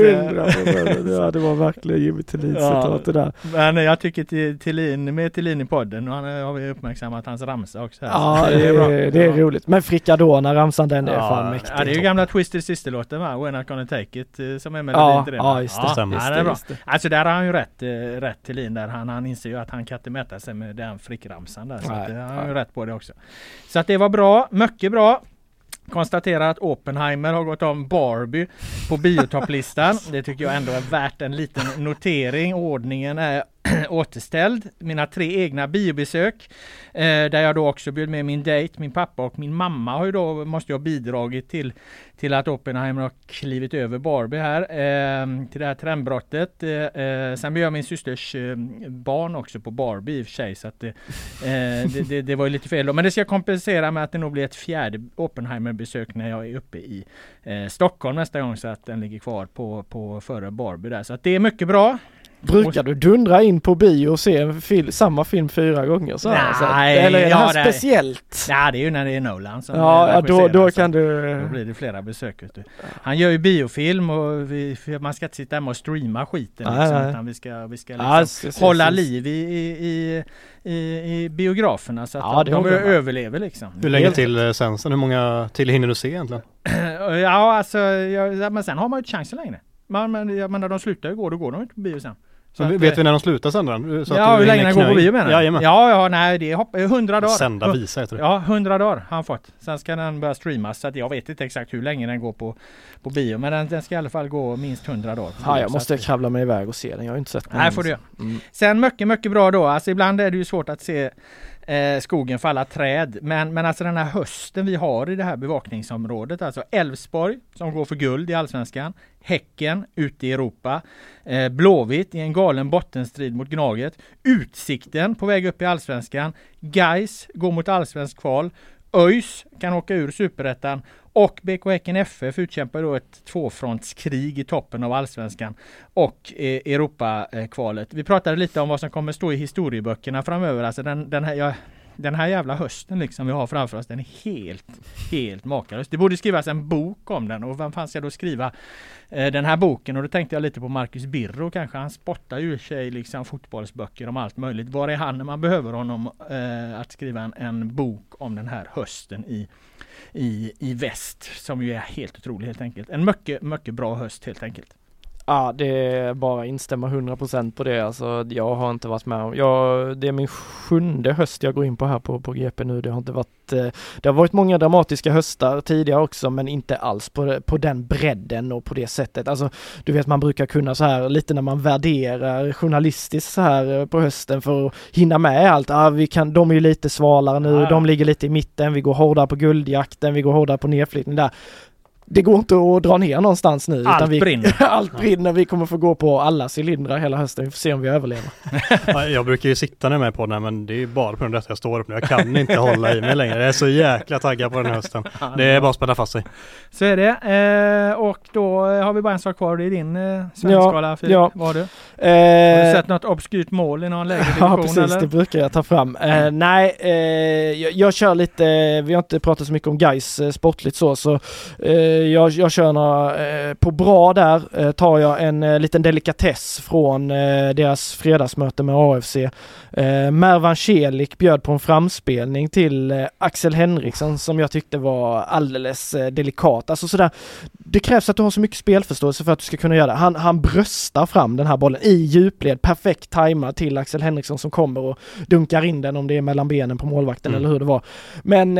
ja, det var verkligen Jimmy Tillins citat det där. Men jag tycker Tillin i podden, och han har vi uppmärksammat hans ramsa också här. Ja, det är roligt. Men Frikadona ramsan, den är fan mäktig. Ja, det är ju gamla Twister Sister-låten, va? We're not gonna take it, som är melodin till det. Ja, just det. Det är bra. Alltså där har han ju rätt Tillin där. Han inser ju att han kan inte mäta sig med den frickramsan där. Så att han har ju rätt på det också. Så att det var bra, mycket bra. Konstaterar att Oppenheimer har gått om Barbie på biotopplistan. Det tycker jag ändå är värt en liten notering. Ordningen är återställd. Mina 3 egna biobesök, där jag då också bjöd med min dejt, min pappa och min mamma, har ju då, måste jag ha bidragit till att Oppenheimer har klivit över Barbie här, till det här trendbrottet. Sen bjöd jag min systers barn också på Barbie i och för sig, så att det var ju lite fel då. Men det ska jag kompensera med att det nog blir ett 4:e Oppenheimer-besök när jag är uppe i Stockholm nästa gång, så att den ligger kvar på före Barbie där. Så att det är mycket bra. Brukar du dundra in på bio och se samma film 4 gånger? Så nej, eller är det här speciellt? Ja, det är ju när det är Nolan som då kan du... Då blir det flera besök. Vet du. Han gör ju biofilm, och man ska inte sitta hemma och streama skiten. Utan vi ska liksom hålla liv i biograferna, så att de överlever liksom. Hur länge till sen? Hur många till hinner du se egentligen? Ja, alltså, men sen har man ju inte chansen längre. Men när de slutar igår, då går de inte på bio sen. Så vet vi när de slutar sen? Så hur länge den går på bio menar du? Ja, nej, det är 100 dagar. Sända visa heter det. Ja, 100 dagar har han fått. Sen ska den börja streamas, så att jag vet inte exakt hur länge den går på bio. Men den ska i alla fall gå minst 100 dagar. Ja, jag måste krabbla mig iväg och se den. Jag har inte sett den. Nej, får du göra. Sen mycket bra då. Alltså ibland är det ju svårt att se skogen för alla träd. Men alltså den här hösten vi har i det här bevakningsområdet, alltså Elfsborg som går för guld i Allsvenskan, Häcken ute i Europa, Blåvitt i en galen bottenstrid mot Gnaget, Utsikten på väg upp i Allsvenskan, Gais går mot allsvensk kval, ÖIS kan åka ur Superettan, och BK Häcken FF utkämpar då ett 2-frontskrig i toppen av Allsvenskan och Europa-kvalet. Vi pratade lite om vad som kommer stå i historieböckerna framöver. Alltså den här jävla hösten liksom vi har framför oss, den är helt makalös. Det borde skrivas en bok om den, och vem fan ska då skriva den här boken? Och då tänkte jag lite på Marcus Birro kanske. Han spottar ur sig liksom fotbollsböcker om allt möjligt. Var är han när man behöver honom att skriva en bok om den här hösten i väst, som ju är helt otrolig helt enkelt. En mycket bra höst helt enkelt. Ja, det är bara instämma 100% på det. Alltså, jag har inte varit med om. Det är min 7:e höst jag går in på här på GP nu. Det har varit många dramatiska höstar tidigare också, men inte alls på den bredden och på det sättet. Alltså, du vet, man brukar kunna så här lite när man värderar journalistiskt så här på hösten för att hinna med allt. De är ju lite svalare nu, de ligger lite i mitten, vi går hårdare på guldjakten, vi går hårdare på nedflyttning där. Det går inte att dra ner någonstans nu. Allt brinner. Allt brinner. Vi kommer få gå på alla cylindrar hela hösten. Vi får se om vi överlever. Jag brukar ju sitta ner med på den, men det är bara på grund av att jag står upp nu. Jag kan inte hålla i mig längre. Jag är så jäkla taggad på den här hösten. Det är bara att spela fast sig. Så är det. Och då har vi bara en sak kvar i din svenskskala. Ja. Vad har du? Har du sett något obskyrt mål i någon lägre division? Ja, precis. Eller? Det brukar jag ta fram. Jag kör lite, vi har inte pratat så mycket om Gais sportligt så jag kör några, på bra där tar jag en liten delikatess från deras fredagsmöte med AFC. Mervan Celik bjöd på en framspelning till Axel Henriksson som jag tyckte var alldeles delikat. Alltså sådär, det krävs att du har så mycket spelförståelse för att du ska kunna göra det. Han bröstar fram den här bollen i djupled, perfekt tajmar till Axel Henriksson som kommer och dunkar in den om det är mellan benen på målvakten eller hur det var. Men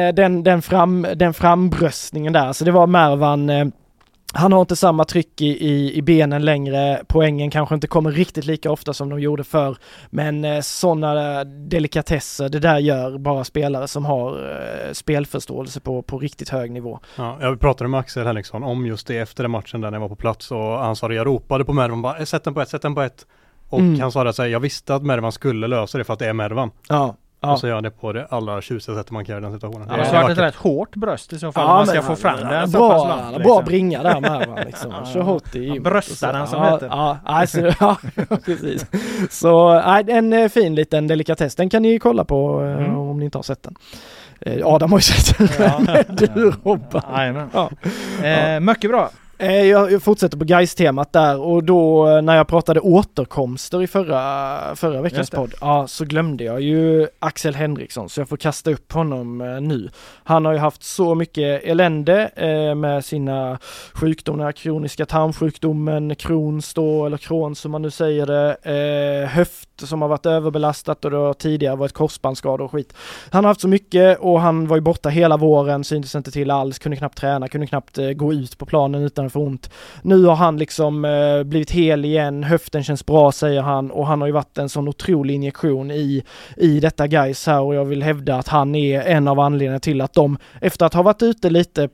den frambröstningen där, så det var Mervan. Han har inte samma tryck i benen längre. Poängen kanske inte kommer riktigt lika ofta som de gjorde förr. Men sådana delikatesser, det där gör bara spelare som har spelförståelse på riktigt hög nivå. Ja, jag pratade med Axel Henriksson om just det efter den matchen där jag var på plats. Och han sa det, jag ropade på Mervan bara, sätt den på ett. Och han sa det, jag visste att Mervan skulle lösa det för att det är Mervan. Ja. Och så gör det på det allra tjusiga sättet man kan göra den situationen. Det har varit ett rätt hårt bröst i så fall. Man ska få fram den så pass långt. Liksom. Bra bringa där med liksom. Kör hårt i bröstaren som heter. Ja, precis. Så en fin liten delikatess. Den kan ni kolla på om ni inte har sett den. Adam har ju sett den. Du Robban. Mycket bra. Jag fortsätter på Gais-temat där, och då när jag pratade återkomster i förra veckans podd, så glömde jag ju Axel Henriksson, så jag får kasta upp honom nu. Han har ju haft så mycket elände med sina sjukdomar, kroniska tarmsjukdomen, Crohns då, eller Crohn som man nu säger det, höft som har varit överbelastat och det har tidigare varit korsbandsskador och skit. Han har haft så mycket och han var ju borta hela våren, syntes inte till alls, kunde knappt träna, kunde knappt gå ut på planen utan för ont. Nu har han liksom blivit hel igen, höften känns bra säger han, och han har ju varit en sån otrolig injektion i detta Gais här, och jag vill hävda att han är en av anledningarna till att de, efter att ha varit ute lite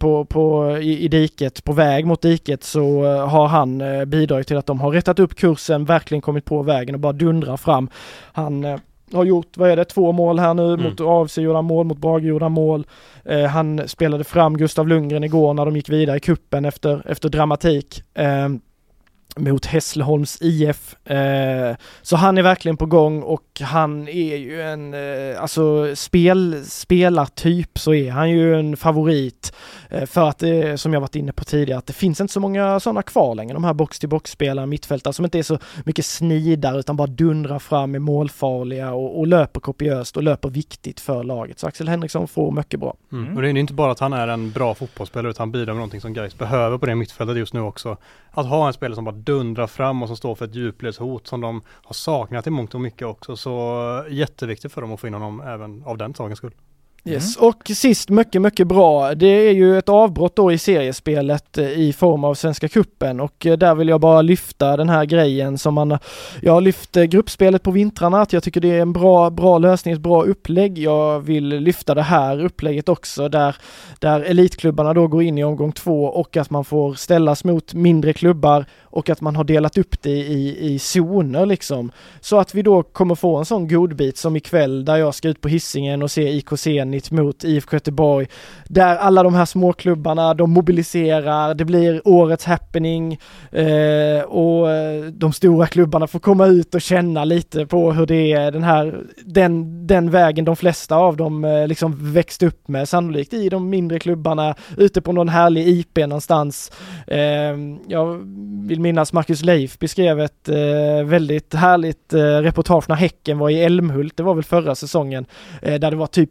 i diket, på väg mot diket, så har han bidragit till att de har rättat upp kursen, verkligen kommit på vägen och bara dundrar fram. Han har gjort, 2 mål här nu, mot AFC gjorde han mål, mot Brage gjorde han mål. Han spelade fram Gustav Lundgren igår när de gick vidare i kuppen efter dramatik mot Hässleholms IF. Så han är verkligen på gång, och han är ju en spelartyp, så är han ju en favorit, för att det, som jag varit inne på tidigare, att det finns inte så många sådana kvar längre, de här box-till-box-spelarna, mittfältare som inte är så mycket snidare utan bara dundrar fram, är målfarliga och löper kopiöst och löper viktigt för laget. Så Axel Henriksson får mycket bra. Och det är inte bara att han är en bra fotbollsspelare, utan han bidrar med någonting som Gais behöver på det mittfältet just nu också. Att ha en spelare som bara dundrar fram och som står för ett djupledshot som de har saknat i mångt och mycket också, så jätteviktigt för dem att få in honom även av den sakens skull. Yes. Och sist, mycket, mycket bra. Det är ju ett avbrott då i seriespelet i form av Svenska Cupen, och där vill jag bara lyfta den här grejen som jag har lyft gruppspelet på vintrarna, att jag tycker det är en bra lösning, ett bra upplägg. Jag vill lyfta det här upplägget också, där elitklubbarna då går in i omgång 2, och att man får ställas mot mindre klubbar, och att man har delat upp det i zoner liksom, så att vi då kommer få en sån godbit som ikväll, där jag ska ut på Hisingen och se IK Zenit mot IFK Göteborg, där alla de här småklubbarna, de mobiliserar, det blir årets happening, och de stora klubbarna får komma ut och känna lite på hur det är, den vägen de flesta av dem liksom växt upp med, sannolikt i de mindre klubbarna, ute på någon härlig IP någonstans. Jag vill minnas Marcus Leif beskrev ett väldigt härligt reportage när Häcken var i Älmhult, det var väl förra säsongen, där det var typ 5 000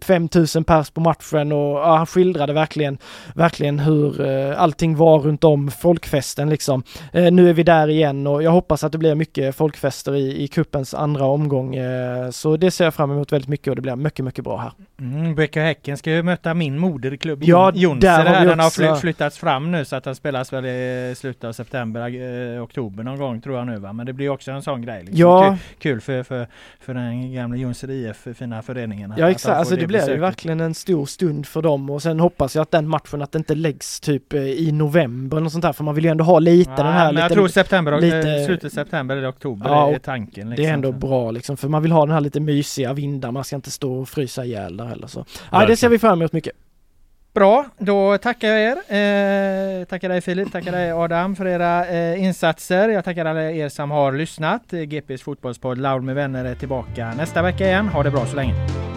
000 pers på matchen och han skildrade verkligen hur allting var runt om folkfesten liksom. Nu är vi där igen och jag hoppas att det blir mycket folkfester i cupens andra omgång. Så det ser jag fram emot väldigt mycket och det blir mycket, mycket bra här. Bäcka Häcken ska ju möta min moderklubb Jonser. Den har flyttats fram nu så att den spelas väl i slutet av september, oktober någon gång tror jag nu va. Men det blir också en sån grej. Liksom. Ja. Kul för den gamla Jonser IF, fina föreningen. Ja exakt, alltså det blir ju verkligen en stor stund för dem och sen hoppas jag att den matchen att det inte läggs typ i november eller sånt där för man vill ju ändå ha lite den här. Men jag tror september, slutet september eller oktober är tanken. Liksom. Det är ändå bra liksom, för man vill ha den här lite mysiga vindar, man ska inte stå och frysa ihjäl där heller så. Ja, det ser vi fram emot mycket. Bra, då tackar jag er. Tackar dig Filip, tackar dig Adam för era insatser. Jag tackar alla er som har lyssnat. GPs fotbollspodd Laul med vänner är tillbaka nästa vecka igen. Ha det bra så länge.